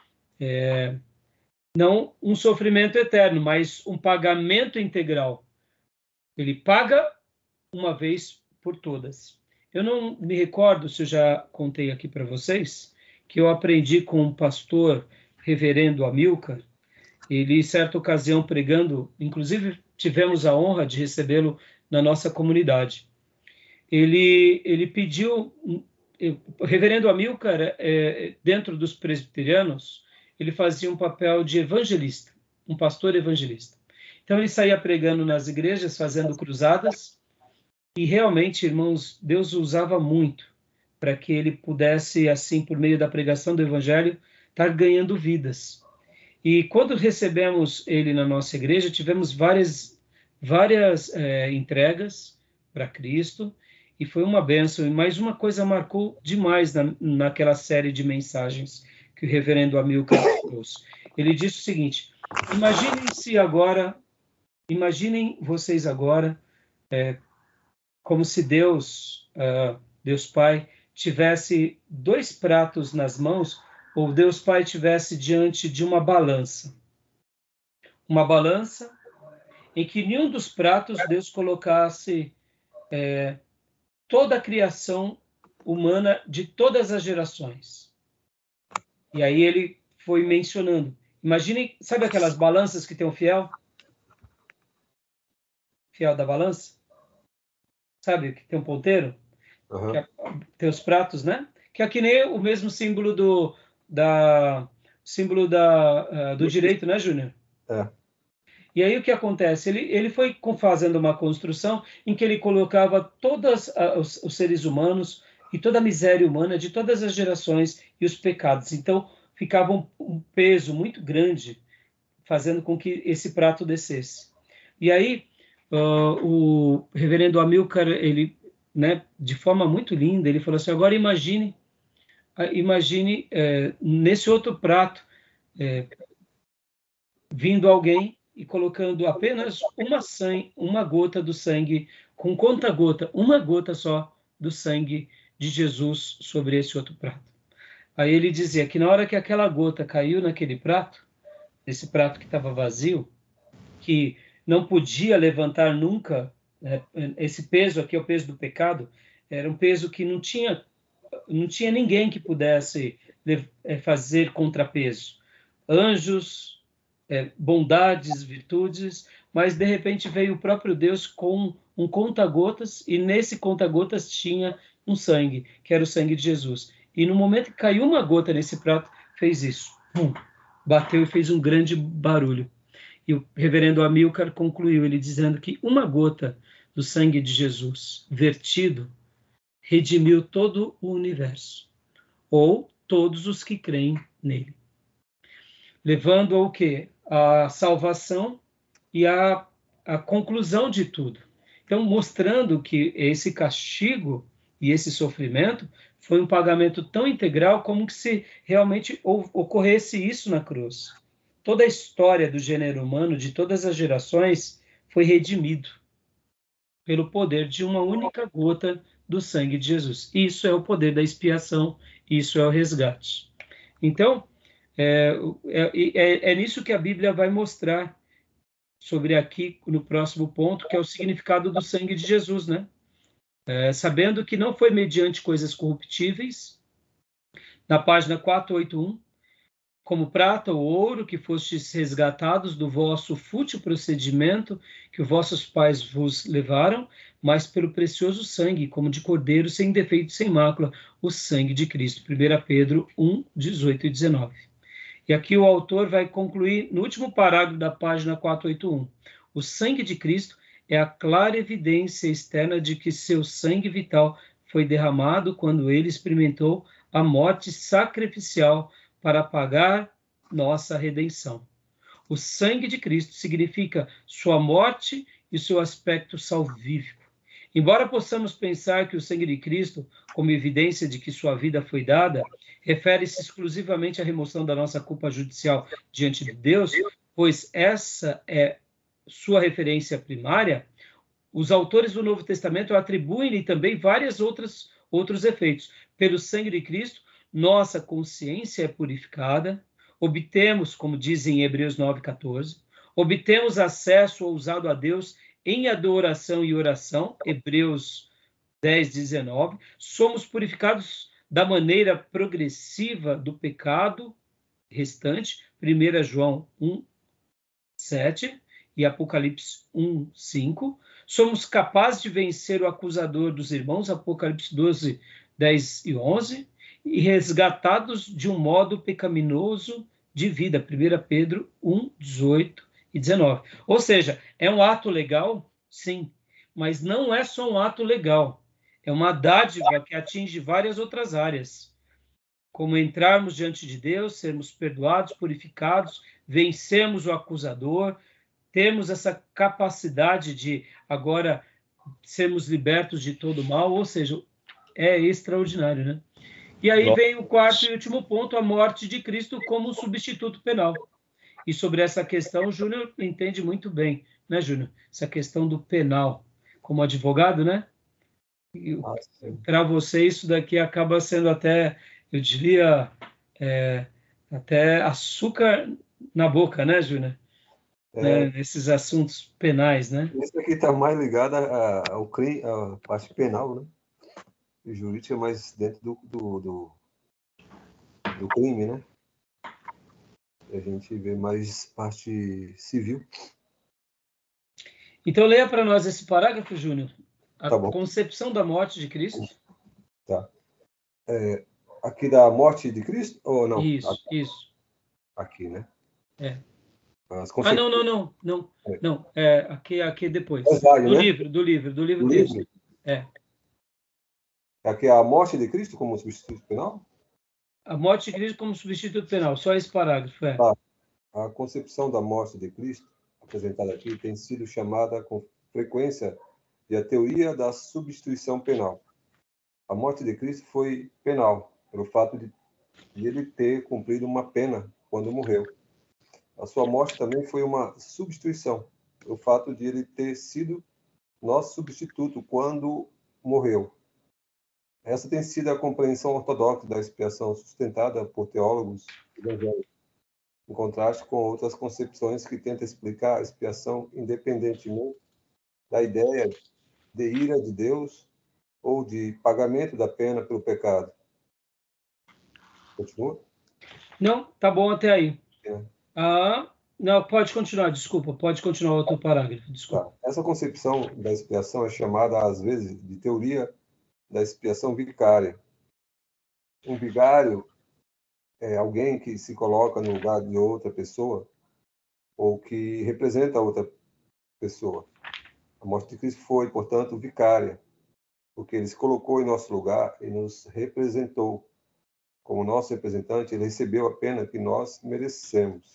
É, não um sofrimento eterno, mas um pagamento integral. Ele paga uma vez por todas. Eu não me recordo se eu já contei aqui para vocês que eu aprendi com um pastor, reverendo Amilcar. Ele, em certa ocasião, pregando, inclusive tivemos a honra de recebê-lo na nossa comunidade. Ele, ele pediu, o reverendo Amilcar, é, dentro dos presbiterianos, ele fazia um papel de evangelista, um pastor evangelista. Então, ele saía pregando nas igrejas, fazendo cruzadas, e realmente, irmãos, Deus o usava muito para que ele pudesse, assim, por meio da pregação do evangelho, estar ganhando vidas. E quando recebemos ele na nossa igreja, tivemos várias, várias é, entregas para Cristo, e foi uma bênção. E mais uma coisa marcou demais na, naquela série de mensagens que o reverendo Amilcar trouxe. Ele disse o seguinte: imaginem se agora, imaginem vocês agora, é, como se Deus, uh, Deus Pai, tivesse dois pratos nas mãos, ou Deus Pai tivesse diante de uma balança. Uma balança em que nenhum dos pratos Deus colocasse é, toda a criação humana de todas as gerações. E aí ele foi mencionando. Imaginem, sabe aquelas balanças que tem o fiel? Fiel da balança? Sabe que tem um ponteiro? Uhum. Que é, tem os pratos, né? Que é que nem o mesmo símbolo do, da, símbolo da, uh, do direito, né, Júnior? É. E aí o que acontece? Ele, ele foi fazendo uma construção em que ele colocava todos uh, os, os seres humanos e toda a miséria humana de todas as gerações e os pecados. Então, ficava um, um peso muito grande fazendo com que esse prato descesse. E aí, uh, o reverendo Amilcar, ele, né, de forma muito linda, ele falou assim: agora imagine, imagine é, nesse outro prato, é, vindo alguém e colocando apenas uma, sangue, uma gota do sangue, com conta-gota, uma gota só do sangue de Jesus sobre esse outro prato. Aí ele dizia que na hora que aquela gota caiu naquele prato, esse prato que estava vazio, que não podia levantar nunca, né, esse peso aqui é o peso do pecado, era um peso que não tinha, não tinha ninguém que pudesse fazer contrapeso. Anjos, é, bondades, virtudes, mas de repente veio o próprio Deus com um conta-gotas, e nesse conta-gotas tinha um sangue, que era o sangue de Jesus. E no momento que caiu uma gota nesse prato, fez isso. Pum, bateu e fez um grande barulho. E o reverendo Amilcar concluiu, ele dizendo que uma gota do sangue de Jesus vertido redimiu todo o universo, ou todos os que creem nele. Levando ao quê? A salvação e a, a conclusão de tudo. Então, mostrando que esse castigo e esse sofrimento foi um pagamento tão integral como que se realmente ocorresse isso na cruz. Toda a história do gênero humano, de todas as gerações, foi redimido pelo poder de uma única gota do sangue de Jesus. Isso é o poder da expiação, isso é o resgate. Então, é, é, é nisso que a Bíblia vai mostrar sobre aqui, no próximo ponto, que é o significado do sangue de Jesus, né? É, sabendo que não foi mediante coisas corruptíveis, na página quatrocentos e oitenta e um, como prata ou ouro, que fostes resgatados do vosso fútil procedimento que os vossos pais vos levaram, mas pelo precioso sangue, como de cordeiro, sem defeito, sem mácula, o sangue de Cristo. primeira Pedro um, dezoito e dezenove. E aqui o autor vai concluir no último parágrafo da página quatrocentos e oitenta e um. O sangue de Cristo é a clara evidência externa de que seu sangue vital foi derramado quando ele experimentou a morte sacrificial para pagar nossa redenção. O sangue de Cristo significa sua morte e seu aspecto salvífico. Embora possamos pensar que o sangue de Cristo, como evidência de que sua vida foi dada, refere-se exclusivamente à remoção da nossa culpa judicial diante de Deus, pois essa é sua referência primária, os autores do Novo Testamento atribuem-lhe também vários outros, outros efeitos. Pelo sangue de Cristo, nossa consciência é purificada, obtemos, como dizem em Hebreus nove, quatorze, obtemos acesso ousado a Deus em adoração e oração, Hebreus dez, dezenove, somos purificados da maneira progressiva do pecado restante, primeira João um, sete e Apocalipse um, cinco, somos capazes de vencer o acusador dos irmãos, Apocalipse doze, dez e onze, e resgatados de um modo pecaminoso de vida, primeira Pedro um, dezoito e dezenove. Ou seja, é um ato legal? Sim, mas não é só um ato legal, é uma dádiva que atinge várias outras áreas, como entrarmos diante de Deus, sermos perdoados, purificados, vencermos o acusador, temos essa capacidade de agora sermos libertos de todo mal, ou seja, é extraordinário, né? E aí vem o quarto e último ponto, a morte de Cristo como substituto penal. E sobre essa questão, o Júnior entende muito bem, né, Júnior? Essa questão do penal. Como advogado, né? Para você, isso daqui acaba sendo até, eu diria, é, até açúcar na boca, né, Júnior? É, né, nesses assuntos penais, né? Isso aqui está mais ligado ao crime, à parte penal, né? E jurídica, mais dentro do, do, do, do crime, né? E a gente vê mais parte civil. Então, leia para nós esse parágrafo, Júnior. A tá bom. Concepção da morte de Cristo. Tá. É, aqui da morte de Cristo? Ou não? Isso, aqui, isso. Aqui, né? É. As Ah, não, não, não. Não, é. não. É, aqui, aqui depois. Verdade, do né? livro, do livro, do livro do texto. livro. É. Aqui é a morte de Cristo como substituto penal? A morte de Cristo como substituto penal. Só esse parágrafo, é. Tá. A concepção da morte de Cristo, apresentada aqui, tem sido chamada com frequência de a teoria da substituição penal. A morte de Cristo foi penal, pelo fato de, de ele ter cumprido uma pena quando morreu. A sua morte também foi uma substituição, pelo fato de ele ter sido nosso substituto quando morreu. Essa tem sido a compreensão ortodoxa da expiação sustentada por teólogos evangélicos, em contraste com outras concepções que tentam explicar a expiação independentemente da ideia de ira de Deus ou de pagamento da pena pelo pecado. Continua? Não, tá bom até aí. É. Ah, Não, pode continuar, desculpa, pode continuar outro parágrafo, desculpa. Tá. Essa concepção da expiação é chamada, às vezes, de teoria da expiação vicária. Um vigário é alguém que se coloca no lugar de outra pessoa ou que representa outra pessoa. A morte de Cristo foi, portanto, vicária, porque ele se colocou em nosso lugar e nos representou. Como nosso representante, ele recebeu a pena que nós merecemos.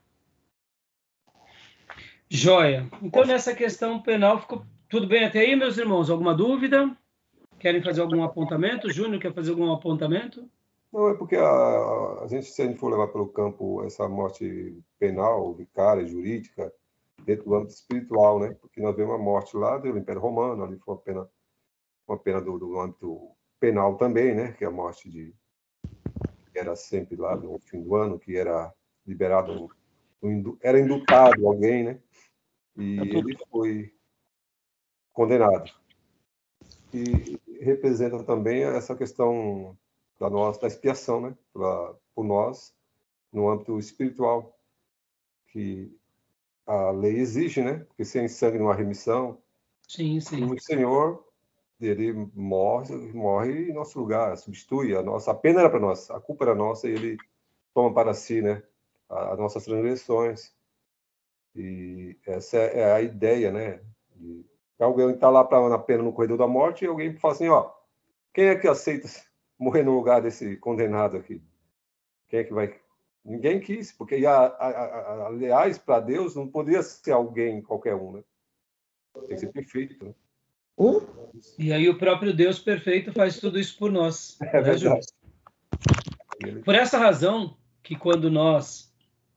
Joia. Então, nessa questão penal, ficou tudo bem até aí, meus irmãos? Alguma dúvida? Querem fazer algum apontamento? Júnior, quer fazer algum apontamento? Não, é porque a, a gente, se a gente for levar pelo campo essa morte penal, vicária, jurídica, dentro do âmbito espiritual, né? Porque nós vemos a morte lá do Império Romano, ali foi uma pena, uma pena do, do âmbito penal também, né? Que é a morte de... que era sempre lá no fim do ano, que era liberado, um, era indultado alguém, né? E ele foi condenado. E representa também essa questão da nossa da expiação, né? Pra, por nós, no âmbito espiritual, que a lei exige, né? Porque sem sangue não há remissão. Sim, sim. E o Senhor, ele morre, morre em nosso lugar, substitui a nossa. A pena era para nós, a culpa era nossa, e ele toma para si, né? As nossas transgressões. E essa é a ideia, né? De alguém está lá pra, na pena no corredor da morte e alguém fala assim, ó, quem é que aceita morrer no lugar desse condenado aqui? Quem é que vai... Ninguém quis, porque, a, a, a, aliás, para Deus, não poderia ser alguém, qualquer um, né? Tem que ser perfeito, né? Um? E aí o próprio Deus perfeito faz tudo isso por nós. É né, verdade. Júnior? Por essa razão que quando nós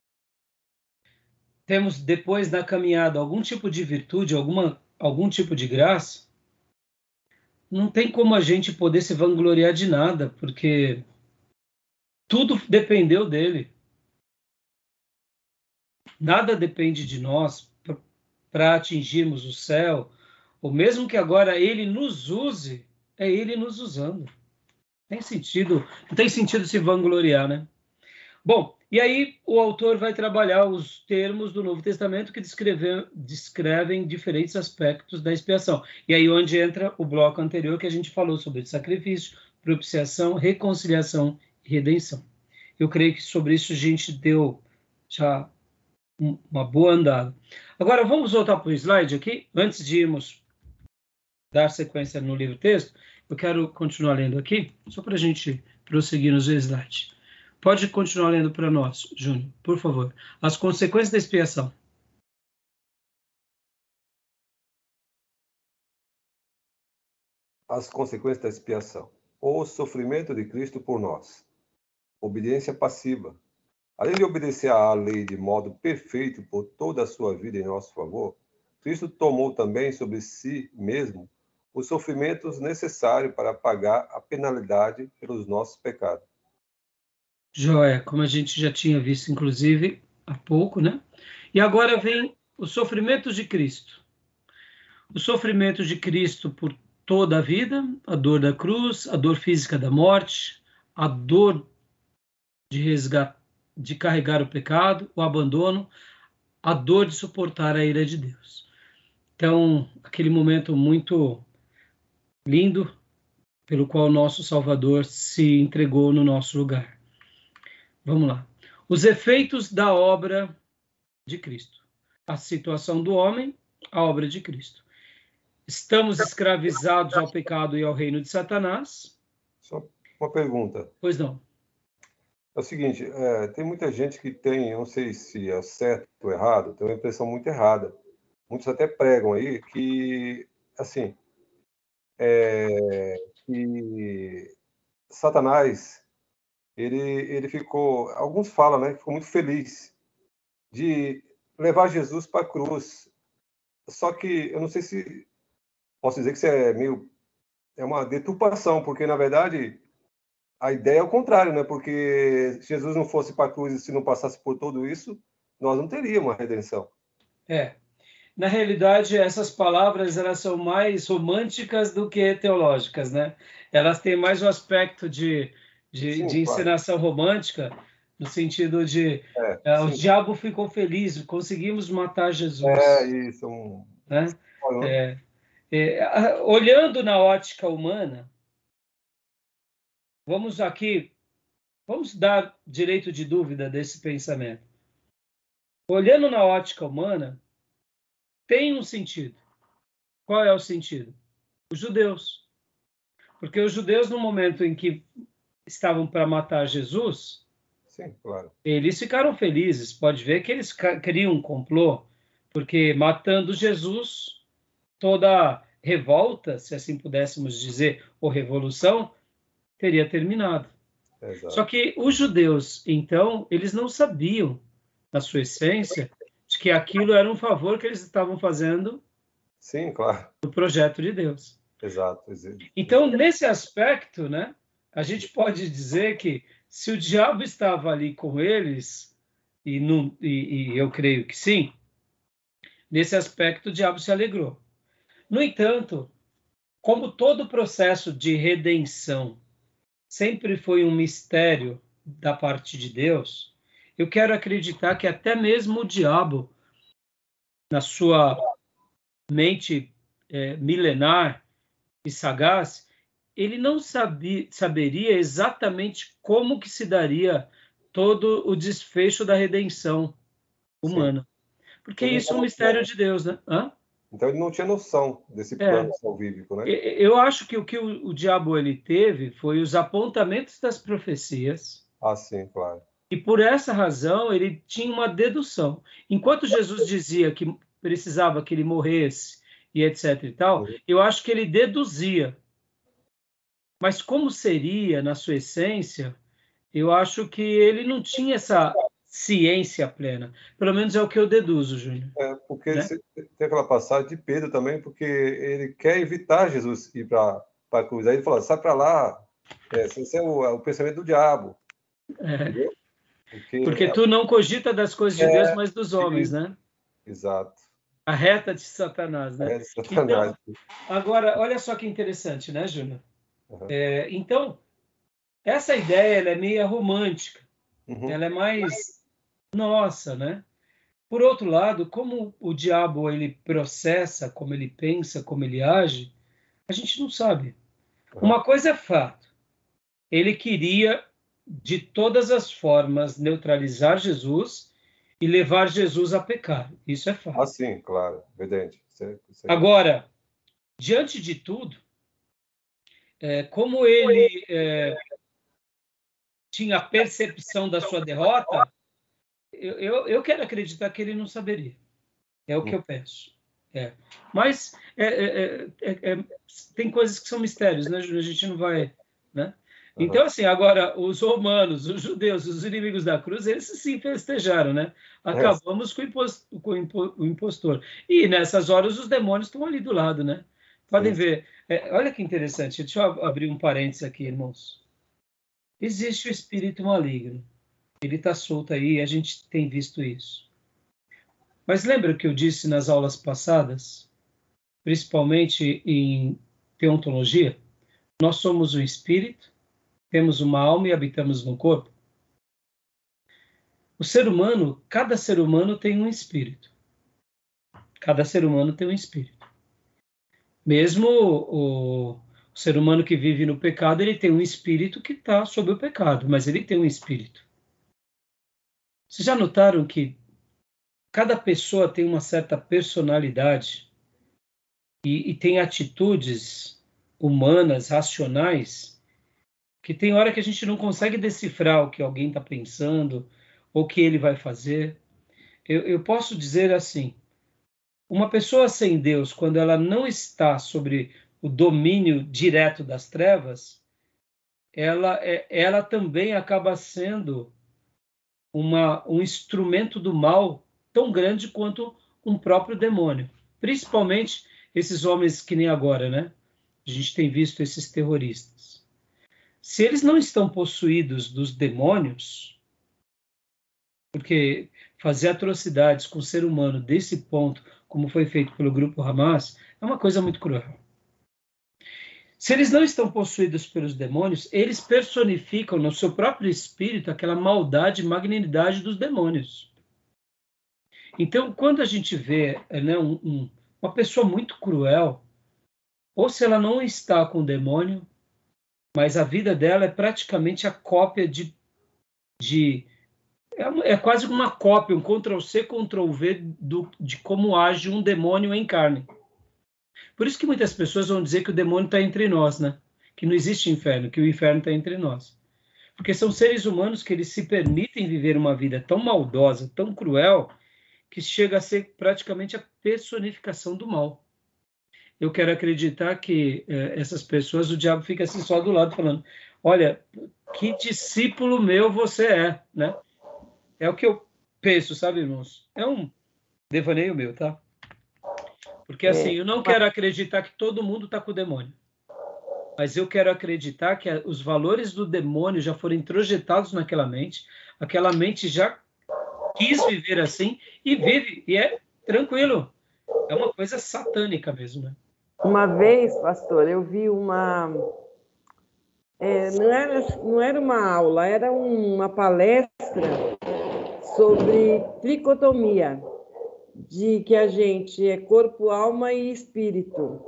temos depois da caminhada algum tipo de virtude, alguma, algum tipo de graça, não tem como a gente poder se vangloriar de nada, porque tudo dependeu dele. Nada depende de nós para atingirmos o céu, ou mesmo que agora ele nos use, é ele nos usando. Tem sentido, não tem sentido se vangloriar, né? Bom, e aí o autor vai trabalhar os termos do Novo Testamento que descrevem, descrevem diferentes aspectos da expiação. E aí onde entra o bloco anterior que a gente falou sobre sacrifício, propiciação, reconciliação e redenção. Eu creio que sobre isso a gente deu já uma boa andada. Agora vamos voltar para o slide aqui. Antes de irmos dar sequência no livro-texto, eu quero continuar lendo aqui, só para a gente prosseguir nos slides. Pode continuar lendo para nós, Júnior, por favor. As consequências da expiação. As consequências da expiação. O sofrimento de Cristo por nós. Obediência passiva. Além de obedecer à lei de modo perfeito por toda a sua vida em nosso favor, Cristo tomou também sobre si mesmo os sofrimentos necessários para pagar a penalidade pelos nossos pecados. Joia, como a gente já tinha visto, inclusive, há pouco, né? E agora vem os sofrimentos de Cristo. Os sofrimentos de Cristo por toda a vida, a dor da cruz, a dor física da morte, a dor de resgatar, de carregar o pecado, o abandono, a dor de suportar a ira de Deus. Então, aquele momento muito lindo pelo qual nosso Salvador se entregou no nosso lugar. Vamos lá. Os efeitos da obra de Cristo. A situação do homem, a obra de Cristo. Estamos escravizados ao pecado e ao reino de Satanás. Só uma pergunta. Pois não. É o seguinte, é, tem muita gente que tem, eu não sei se é certo ou errado, tem uma impressão muito errada. Muitos até pregam aí que, assim, é, que Satanás, ele, ele ficou, alguns falam, né, que ficou muito feliz de levar Jesus para a cruz. Só que eu não sei se posso dizer que isso é meio, é uma deturpação, porque, na verdade, a ideia é o contrário, né? Porque se Jesus não fosse para a cruz e se não passasse por tudo isso, nós não teríamos uma redenção. É. Na realidade, essas palavras elas são mais românticas do que teológicas, né? Elas têm mais um aspecto de, de, Sim, de claro. encenação romântica, no sentido de É, é, o sim. diabo ficou feliz, conseguimos matar Jesus. É isso. Um... Né? É, é, olhando na ótica humana, vamos aqui, vamos dar direito de dúvida desse pensamento. Olhando na ótica humana, tem um sentido. Qual é o sentido? Os judeus. Porque os judeus, no momento em que estavam para matar Jesus, sim, claro. Eles ficaram felizes. Pode ver que eles criam um complô, porque matando Jesus, toda revolta, se assim pudéssemos dizer, ou revolução, teria terminado. Exato. Só que os judeus, então, eles não sabiam, na sua essência, de que aquilo era um favor que eles estavam fazendo sim, claro. no projeto de Deus. Exato. Então, nesse aspecto, né, a gente pode dizer que se o diabo estava ali com eles, e, não, e, e eu creio que sim, nesse aspecto o diabo se alegrou. No entanto, como todo processo de redenção sempre foi um mistério da parte de Deus, eu quero acreditar que até mesmo o diabo, na sua mente é, milenar e sagaz, ele não sabia, saberia exatamente como que se daria todo o desfecho da redenção humana. Sim. Porque ele isso é um mistério de Deus, né? Hã? Então ele não tinha noção desse plano é. salvífico, né? Eu acho que o que o, o diabo ele teve foi os apontamentos das profecias. Ah, sim, claro. E por essa razão ele tinha uma dedução. Enquanto Jesus dizia que precisava que ele morresse e etc e tal, uhum. eu acho que ele deduzia. Mas como seria na sua essência, eu acho que ele não tinha essa ciência plena. Pelo menos é o que eu deduzo, Júnior. É, porque né? Tem aquela passagem de Pedro também, porque ele quer evitar Jesus ir para a cruz. Aí ele fala, sai para lá, é, esse é o, é o pensamento do diabo. É. Porque, porque tu não cogita das coisas de é, Deus, mas dos homens, né? Exato. A reta de Satanás, né? A reta de Satanás. Então, agora, olha só que interessante, né, Júnior? Uhum. É, então, essa ideia ela é meio romântica. Uhum. Ela é mais nossa, né? Por outro lado, como o diabo ele processa, como ele pensa, como ele age, a gente não sabe. Uhum. Uma coisa é fato. Ele queria, de todas as formas, neutralizar Jesus e levar Jesus a pecar. Isso é fato. Ah, sim, claro. Evidente. Isso isso é... Agora, diante de tudo, é, como ele é, tinha a percepção da sua derrota, eu, eu, eu quero acreditar que ele não saberia. É o que eu penso. É. Mas é, é, é, é, tem coisas que são mistérios, né, Júlio? A gente não vai... Né? Então, assim, agora, os romanos, os judeus, os inimigos da cruz, eles sim festejaram, né? Acabamos com o, impostor, com o impostor. E, nessas horas, os demônios estão ali do lado, né? Podem sim. ver. É, olha que interessante. Deixa eu abrir um parênteses aqui, irmãos. Existe o espírito maligno. Ele está solto aí, a gente tem visto isso. Mas lembra o que eu disse nas aulas passadas? Principalmente em teontologia? Nós somos um espírito, temos uma alma e habitamos no corpo. O ser humano, cada ser humano tem um espírito. Cada ser humano tem um espírito. Mesmo o, o ser humano que vive no pecado, ele tem um espírito que está sob o pecado, mas ele tem um espírito. Vocês já notaram que cada pessoa tem uma certa personalidade e, e tem atitudes humanas, racionais, que tem hora que a gente não consegue decifrar o que alguém está pensando ou o que ele vai fazer. Eu, eu posso dizer assim, uma pessoa sem Deus, quando ela não está sobre o domínio direto das trevas, ela, ela também acaba sendo uma, um instrumento do mal tão grande quanto um próprio demônio. Principalmente esses homens que nem agora, né? A gente tem visto esses terroristas. Se eles não estão possuídos dos demônios, porque fazer atrocidades com o ser humano desse ponto, como foi feito pelo grupo Hamas, é uma coisa muito cruel. Se eles não estão possuídos pelos demônios, eles personificam no seu próprio espírito aquela maldade e magnanimidade dos demônios. Então, quando a gente vê, né, um, um, uma pessoa muito cruel, ou se ela não está com o demônio, mas a vida dela é praticamente a cópia de... de é, é quase uma cópia, um control C, control V do, de como age um demônio em carne. Por isso que muitas pessoas vão dizer que o demônio está entre nós, né? Que não existe inferno, que o inferno está entre nós. Porque são seres humanos que eles se permitem viver uma vida tão maldosa, tão cruel, que chega a ser praticamente a personificação do mal. Eu quero acreditar que eh, essas pessoas, o diabo fica assim só do lado falando, olha, que discípulo meu você é, né? É o que eu penso, sabe, irmãos? É um devaneio meu, tá? Porque assim, eu não quero acreditar que todo mundo está com o demônio. Mas eu quero acreditar que os valores do demônio já foram introjetados naquela mente, aquela mente já quis viver assim e vive, e é tranquilo. É uma coisa satânica mesmo, né? Uma vez, pastor, eu vi uma... É, não, era, não era uma aula, era uma palestra sobre tricotomia, de que a gente é corpo, alma e espírito.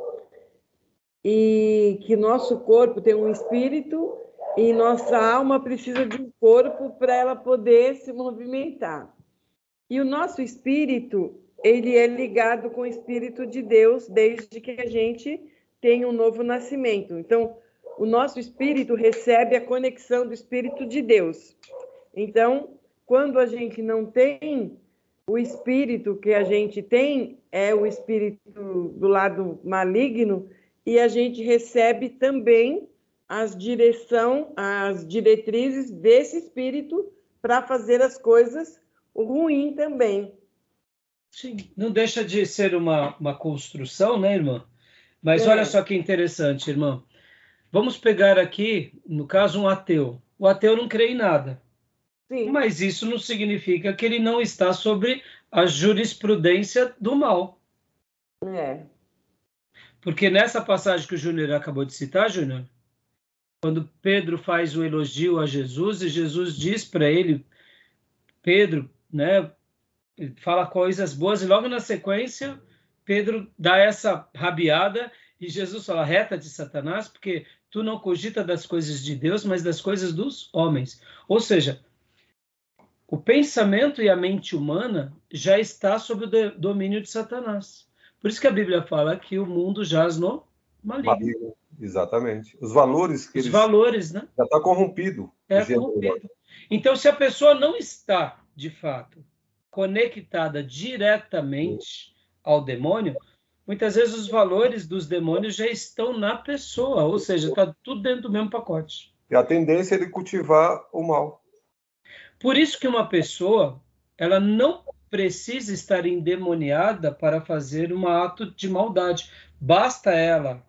E que nosso corpo tem um espírito e nossa alma precisa de um corpo para ela poder se movimentar. E o nosso espírito, ele é ligado com o Espírito de Deus desde que a gente tem um novo nascimento. Então, o nosso espírito recebe a conexão do Espírito de Deus. Então, quando a gente não tem o espírito que a gente tem, é o espírito do lado maligno, e a gente recebe também as direção, as diretrizes desse espírito para fazer as coisas ruins também. Sim, não deixa de ser uma, uma construção, né, irmã? Mas É. olha só que interessante, irmã. Vamos pegar aqui, no caso, um ateu. O ateu não crê em nada. Sim. Mas isso não significa que ele não está sobre a jurisprudência do mal. É. Porque nessa passagem que o Júnior acabou de citar, Júnior, quando Pedro faz o elogio a Jesus, e Jesus diz para ele, Pedro, né, fala coisas boas, e logo na sequência, Pedro dá essa rabiada, e Jesus fala, reta-te, Satanás, porque tu não cogita das coisas de Deus, mas das coisas dos homens. Ou seja, o pensamento e a mente humana já está sob o domínio de Satanás. Por isso que a Bíblia fala que o mundo jaz no maligno. Maligno, exatamente. Os valores que Os eles... valores, né? Já está corrompido. É corrompido. Então, se a pessoa não está, de fato, conectada diretamente ao demônio, muitas vezes os valores dos demônios já estão na pessoa, ou seja, está tudo dentro do mesmo pacote. E a tendência é de cultivar o mal. Por isso que uma pessoa, ela não precisa estar endemoniada para fazer um ato de maldade. Basta ela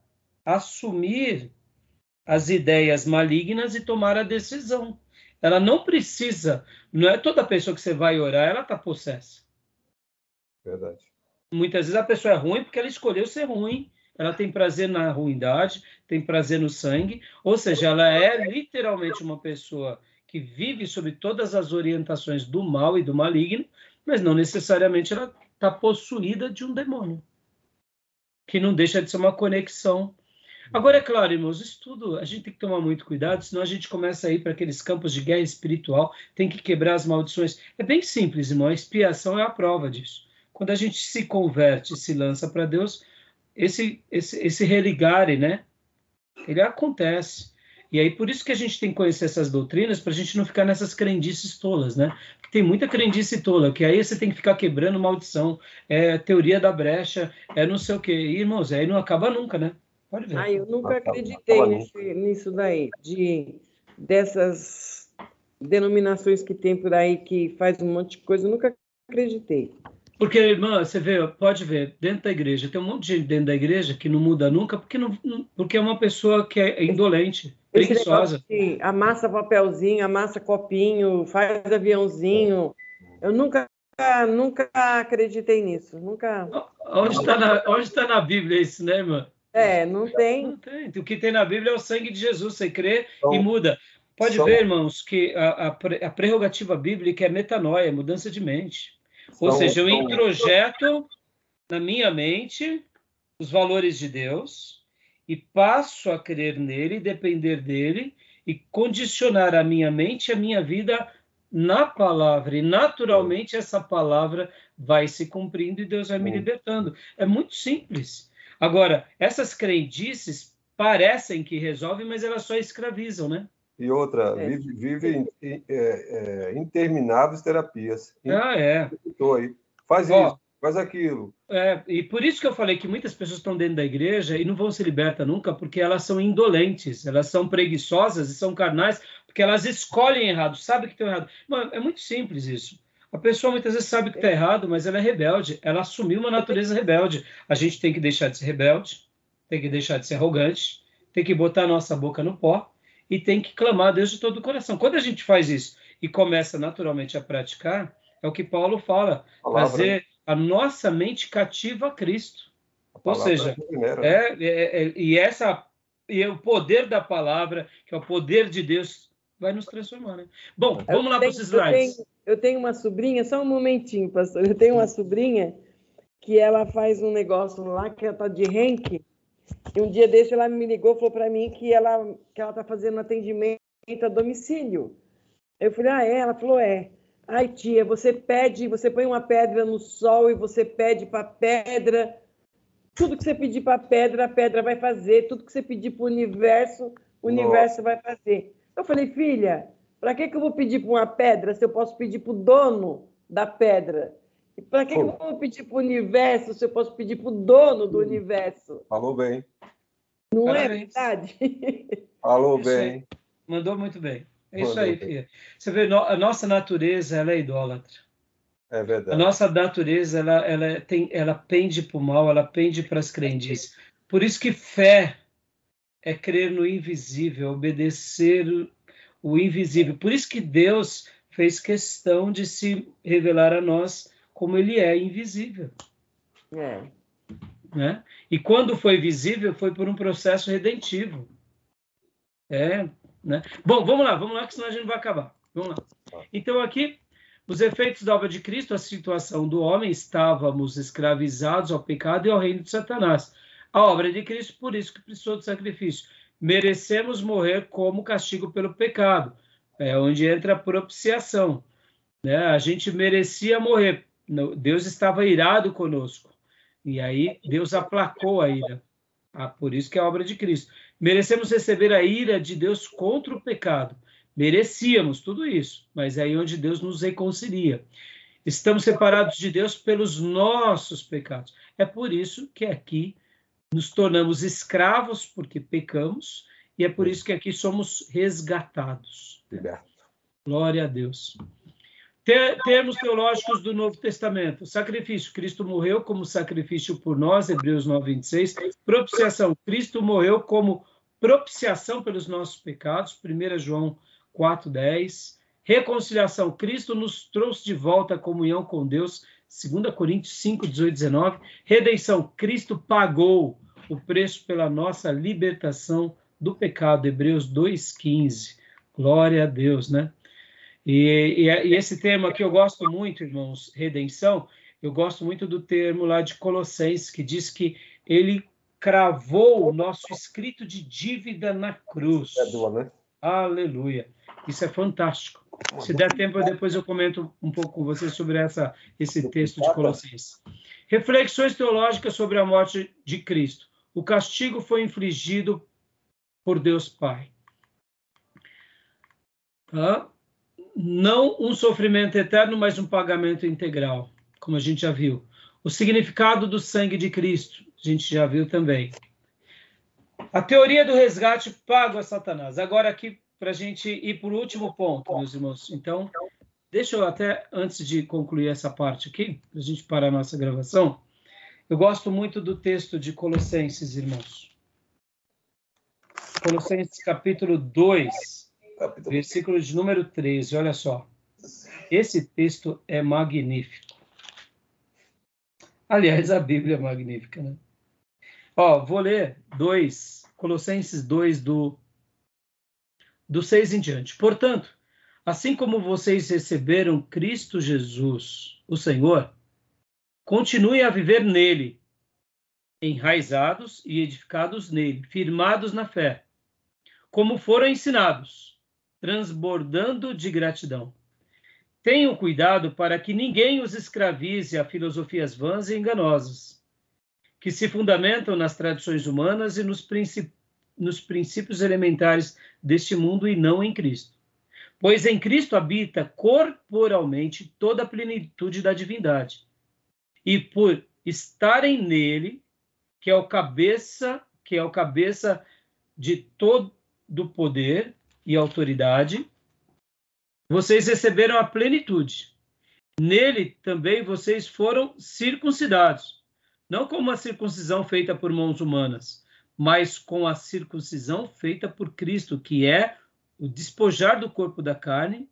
assumir as ideias malignas e tomar a decisão. Ela não precisa, não é toda pessoa que você vai orar, ela está possessa. Verdade. Muitas vezes a pessoa é ruim porque ela escolheu ser ruim, ela tem prazer na ruindade, tem prazer no sangue, ou seja, ela é literalmente uma pessoa que vive sob todas as orientações do mal e do maligno, mas não necessariamente ela está possuída de um demônio, que não deixa de ser uma conexão. Agora, é claro, irmãos, isso tudo a gente tem que tomar muito cuidado, senão a gente começa a ir para aqueles campos de guerra espiritual, tem que quebrar as maldições. É bem simples, irmão, a expiação é a prova disso. Quando a gente se converte, se lança para Deus, esse, esse, esse religare, né, ele acontece. E aí, por isso que a gente tem que conhecer essas doutrinas, para a gente não ficar nessas crendices tolas, né? Porque tem muita crendice tola, que aí você tem que ficar quebrando maldição, é teoria da brecha, é não sei o quê. E, irmãos, aí não acaba nunca, né? Pode ver. Ah, eu nunca acreditei nesse, nisso daí, de, dessas denominações que tem por aí que faz um monte de coisa, eu nunca acreditei. Porque, irmã, você vê, pode ver, dentro da igreja, tem um monte de gente dentro da igreja que não muda nunca, porque, não, porque é uma pessoa que é indolente, preguiçosa. Esse amassa papelzinho, amassa copinho, faz aviãozinho. Eu nunca, nunca acreditei nisso. Nunca. Onde está na, onde tá na Bíblia isso, né, irmã? É, não tem. Não tem. O que tem na Bíblia é o sangue de Jesus. Você crê Então, e muda. Pode são, ver, irmãos, que a, a, a prerrogativa bíblica é metanoia, é mudança de mente. Ou são, seja, eu são, introjeto na minha mente os valores de Deus e passo a crer nele, depender dele e condicionar a minha mente e a minha vida na palavra. E naturalmente essa palavra vai se cumprindo e Deus vai me libertando. É muito simples. Agora, essas crendices parecem que resolvem, mas elas só escravizam, né? E outra, É. vive, vive em, em, é, é, intermináveis terapias. Ah, é. Estou aí. Faz Ó, isso, faz aquilo. É, e por isso que eu falei que muitas pessoas estão dentro da igreja e não vão se libertar nunca, porque elas são indolentes, elas são preguiçosas e são carnais, porque elas escolhem errado, sabem que estão errado. Mano, é muito simples isso. A pessoa muitas vezes sabe que está errado, mas ela é rebelde, ela assumiu uma natureza rebelde. A gente tem que deixar de ser rebelde, tem que deixar de ser arrogante, tem que botar a nossa boca no pó e tem que clamar a Deus de todo o coração. Quando a gente faz isso e começa naturalmente a praticar, é o que Paulo fala, Palavra, fazer a nossa mente cativa a Cristo. a Ou palavra seja, regenera, né? é, é, é, e, essa, e o poder da palavra, que é o poder de Deus, vai nos transformar. Né? Bom, vamos lá para os slides. Eu tenho, eu tenho uma sobrinha, só um momentinho, pastor. Eu tenho uma sobrinha que ela faz um negócio lá, que ela está de Reiki, e um dia desse ela me ligou e falou para mim que ela que ela está fazendo atendimento a domicílio. Eu falei, ah, é? Ela falou, é. Ai, tia, você pede, você põe uma pedra no sol e você pede para a pedra. Tudo que você pedir para a pedra, a pedra vai fazer. Tudo que você pedir para o universo, o universo vai fazer. Eu falei, filha, para que, que eu vou pedir para uma pedra se eu posso pedir para o dono da pedra? E para que, que eu vou pedir para o universo se eu posso pedir para o dono do universo? Falou bem. Não Parabéns. é verdade? Falou Isso bem. aí. Mandou muito bem. É isso Mandou aí, bem. filha. Você vê, a nossa natureza, ela é idólatra. É A verdade. nossa natureza, ela, ela, tem, ela pende para o mal, ela pende para as crendices. Por isso que fé é crer no invisível, obedecer o invisível. Por isso que Deus fez questão de se revelar a nós como ele é invisível. É. Né? E quando foi visível, foi por um processo redentivo. É, né? Bom, vamos lá, vamos lá, que senão a gente não vai acabar. Vamos lá. Então, aqui, os efeitos da obra de Cristo, a situação do homem, estávamos escravizados ao pecado e ao reino de Satanás. A obra de Cristo, por isso que precisou de sacrifício. Merecemos morrer como castigo pelo pecado. É onde entra a propiciação. Né? A gente merecia morrer. Deus estava irado conosco. E aí, Deus aplacou a ira. Ah, por isso que é a obra de Cristo. Merecemos receber a ira de Deus contra o pecado. Merecíamos tudo isso, mas é aí onde Deus nos reconcilia. Estamos separados de Deus pelos nossos pecados. É por isso que aqui nos tornamos escravos, porque pecamos, e é por isso que aqui somos resgatados. Liberto. Glória a Deus. Termos teológicos do Novo Testamento. Sacrifício. Cristo morreu como sacrifício por nós, Hebreus nove, vinte e seis. Propiciação. Cristo morreu como propiciação pelos nossos pecados, primeiro João quatro, dez. Reconciliação. Cristo nos trouxe de volta a comunhão com Deus, dois Coríntios cinco, dezoito, dezenove. Redenção. Cristo pagou o preço pela nossa libertação do pecado, Hebreus dois, quinze. Glória a Deus, né? E, e, e esse termo aqui eu gosto muito, irmãos, redenção, eu gosto muito do termo lá de Colossenses, que diz que ele cravou o nosso escrito de dívida na cruz. É dura, né? Aleluia. Isso é fantástico. Se der tempo, depois eu comento um pouco com vocês sobre essa, esse texto de Colossenses. Reflexões teológicas sobre a morte de Cristo. O castigo foi infligido por Deus Pai. Tá? Não um sofrimento eterno, mas um pagamento integral, como a gente já viu. O significado do sangue de Cristo, a gente já viu também. A teoria do resgate pago a Satanás. Agora aqui, para a gente ir para o último ponto, meus irmãos. Então, deixa eu até, antes de concluir essa parte aqui, para a gente parar a nossa gravação, eu gosto muito do texto de Colossenses, irmãos. Colossenses capítulo dois. Versículo de número treze, olha só. Esse texto é magnífico. Aliás, a Bíblia é magnífica, né? Ó, vou ler dois, Colossenses dois, do, do seis em diante. Portanto, assim como vocês receberam Cristo Jesus, o Senhor, continuem a viver nele, enraizados e edificados nele, firmados na fé, como foram ensinados, transbordando de gratidão. Tenham cuidado para que ninguém os escravize a filosofias vãs e enganosas, que se fundamentam nas tradições humanas e nos, princip... nos princípios elementares deste mundo e não em Cristo. Pois em Cristo habita corporalmente toda a plenitude da divindade. E por estarem nele, que é o cabeça, que é o cabeça de todo o poder e autoridade, vocês receberam a plenitude. Nele também vocês foram circuncidados, não com uma circuncisão feita por mãos humanas, mas com a circuncisão feita por Cristo, que é o despojar do corpo da carne.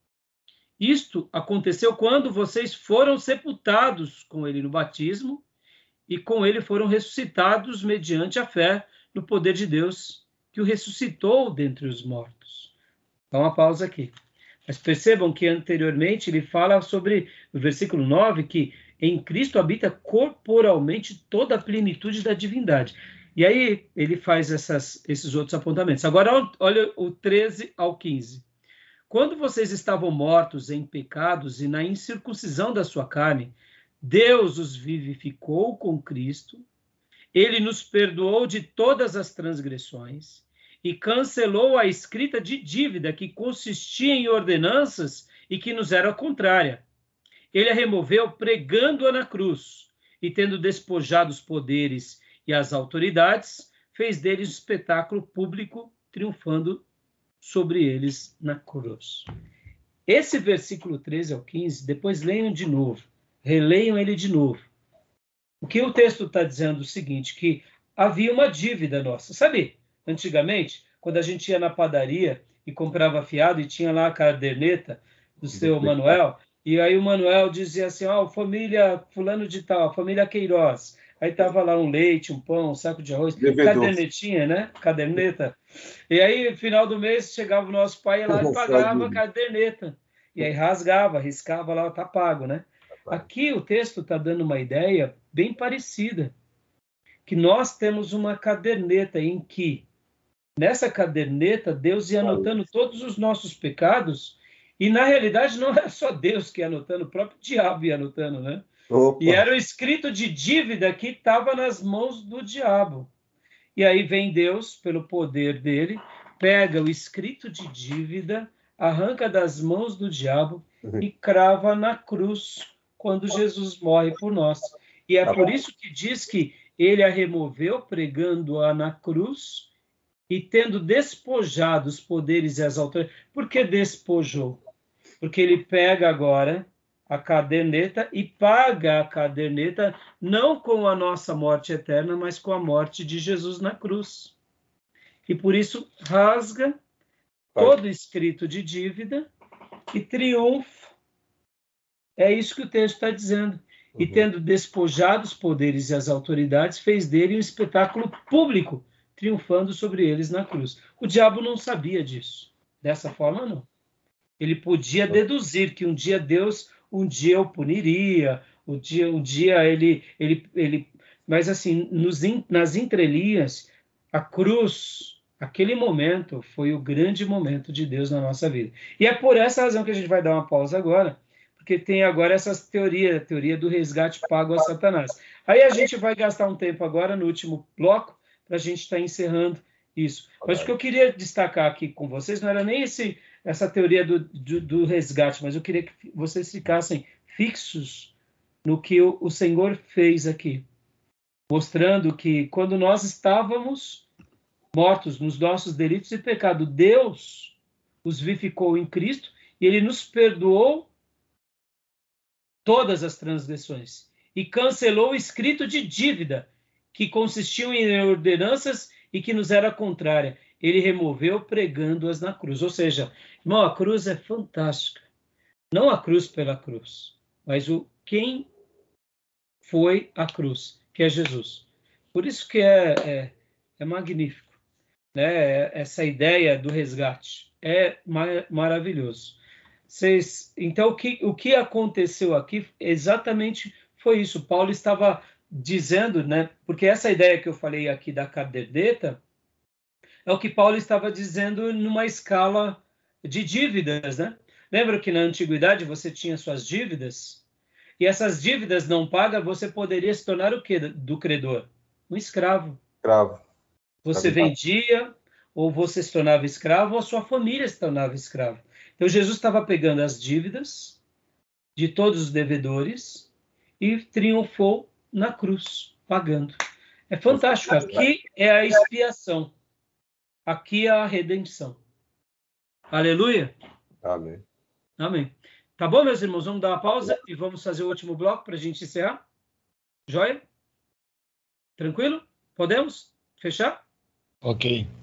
Isto aconteceu quando vocês foram sepultados com ele no batismo e com ele foram ressuscitados mediante a fé no poder de Deus, que o ressuscitou dentre os mortos. Dá uma pausa aqui. Mas percebam que anteriormente ele fala sobre, no versículo nove, que em Cristo habita corporalmente toda a plenitude da divindade. E aí ele faz essas, esses outros apontamentos. Agora olha o treze ao quinze. Quando vocês estavam mortos em pecados e na incircuncisão da sua carne, Deus os vivificou com Cristo, ele nos perdoou de todas as transgressões e cancelou a escrita de dívida que consistia em ordenanças e que nos era contrária. Ele a removeu pregando-a na cruz e, tendo despojado os poderes e as autoridades, fez deles um espetáculo público, triunfando sobre eles na cruz. Esse versículo treze ao quinze, depois leiam de novo, releiam ele de novo. O que o texto está dizendo é o seguinte, que havia uma dívida nossa. Sabe, antigamente, quando a gente ia na padaria e comprava fiado e tinha lá a caderneta do seu Manuel, e aí o Manuel dizia assim, ó, oh, família fulano de tal, família Queiroz. Aí tava lá um leite, um pão, um saco de arroz, cadernetinha, né? Caderneta. E aí, no final do mês, chegava o nosso pai lá e pagava a caderneta. E aí rasgava, riscava lá, tá pago, né? Aqui o texto está dando uma ideia bem parecida, que nós temos uma caderneta em que, nessa caderneta, Deus ia anotando todos os nossos pecados, e na realidade não era só Deus que ia anotando, o próprio diabo ia anotando, né? Opa. E era o escrito de dívida que estava nas mãos do diabo. E aí vem Deus, pelo poder dele, pega o escrito de dívida, arranca das mãos do diabo e crava na cruz, quando Jesus morre por nós. E é por isso que diz que ele a removeu, pregando-a na cruz, e tendo despojado os poderes e as autoridades. Por que despojou? Porque ele pega agora a caderneta e paga a caderneta não com a nossa morte eterna, mas com a morte de Jesus na cruz. E por isso rasga todo escrito de dívida e triunfa. É isso que o texto está dizendo. E tendo despojado os poderes e as autoridades, fez dele um espetáculo público, triunfando sobre eles na cruz. O diabo não sabia disso. Dessa forma, não. Ele podia deduzir que um dia Deus, um dia o puniria, um dia, um dia ele, ele, ele... Mas assim, nos, nas entrelinhas, a cruz, aquele momento, foi o grande momento de Deus na nossa vida. E é por essa razão que a gente vai dar uma pausa agora, porque tem agora essas teorias, a teoria do resgate pago a Satanás. Aí a gente vai gastar um tempo agora, no último bloco, para a gente estar tá encerrando isso. Mas o que eu queria destacar aqui com vocês não era nem esse, essa teoria do, do, do resgate, mas eu queria que vocês ficassem fixos no que o, o Senhor fez aqui, mostrando que quando nós estávamos mortos nos nossos delitos e pecado, Deus os vivificou em Cristo e Ele nos perdoou todas as transgressões e cancelou o escrito de dívida que consistiam em ordenanças e que nos era contrária. Ele removeu pregando-as na cruz. Ou seja, irmão, a cruz é fantástica. Não a cruz pela cruz, mas o quem foi a cruz, que é Jesus. Por isso que é, é, é magnífico, né? Essa ideia do resgate é ma- maravilhoso. Vocês, então, o que, o que aconteceu aqui exatamente foi isso. Paulo estava dizendo, né? Porque essa ideia que eu falei aqui da caderneta é o que Paulo estava dizendo numa escala de dívidas, né? Lembra que na antiguidade você tinha suas dívidas? E essas dívidas não pagas, você poderia se tornar o quê do credor? Um escravo. Escravo. Você vendia, ou você se tornava escravo, ou a sua família se tornava escravo. Então, Jesus estava pegando as dívidas de todos os devedores e triunfou na cruz, pagando. É fantástico. Aqui é a expiação. Aqui é a redenção. Aleluia. Amém. Amém. Tá bom, meus irmãos? Vamos dar uma pausa e vamos fazer o último bloco para a gente encerrar? Joia? Tranquilo? Podemos? Fechar? Ok.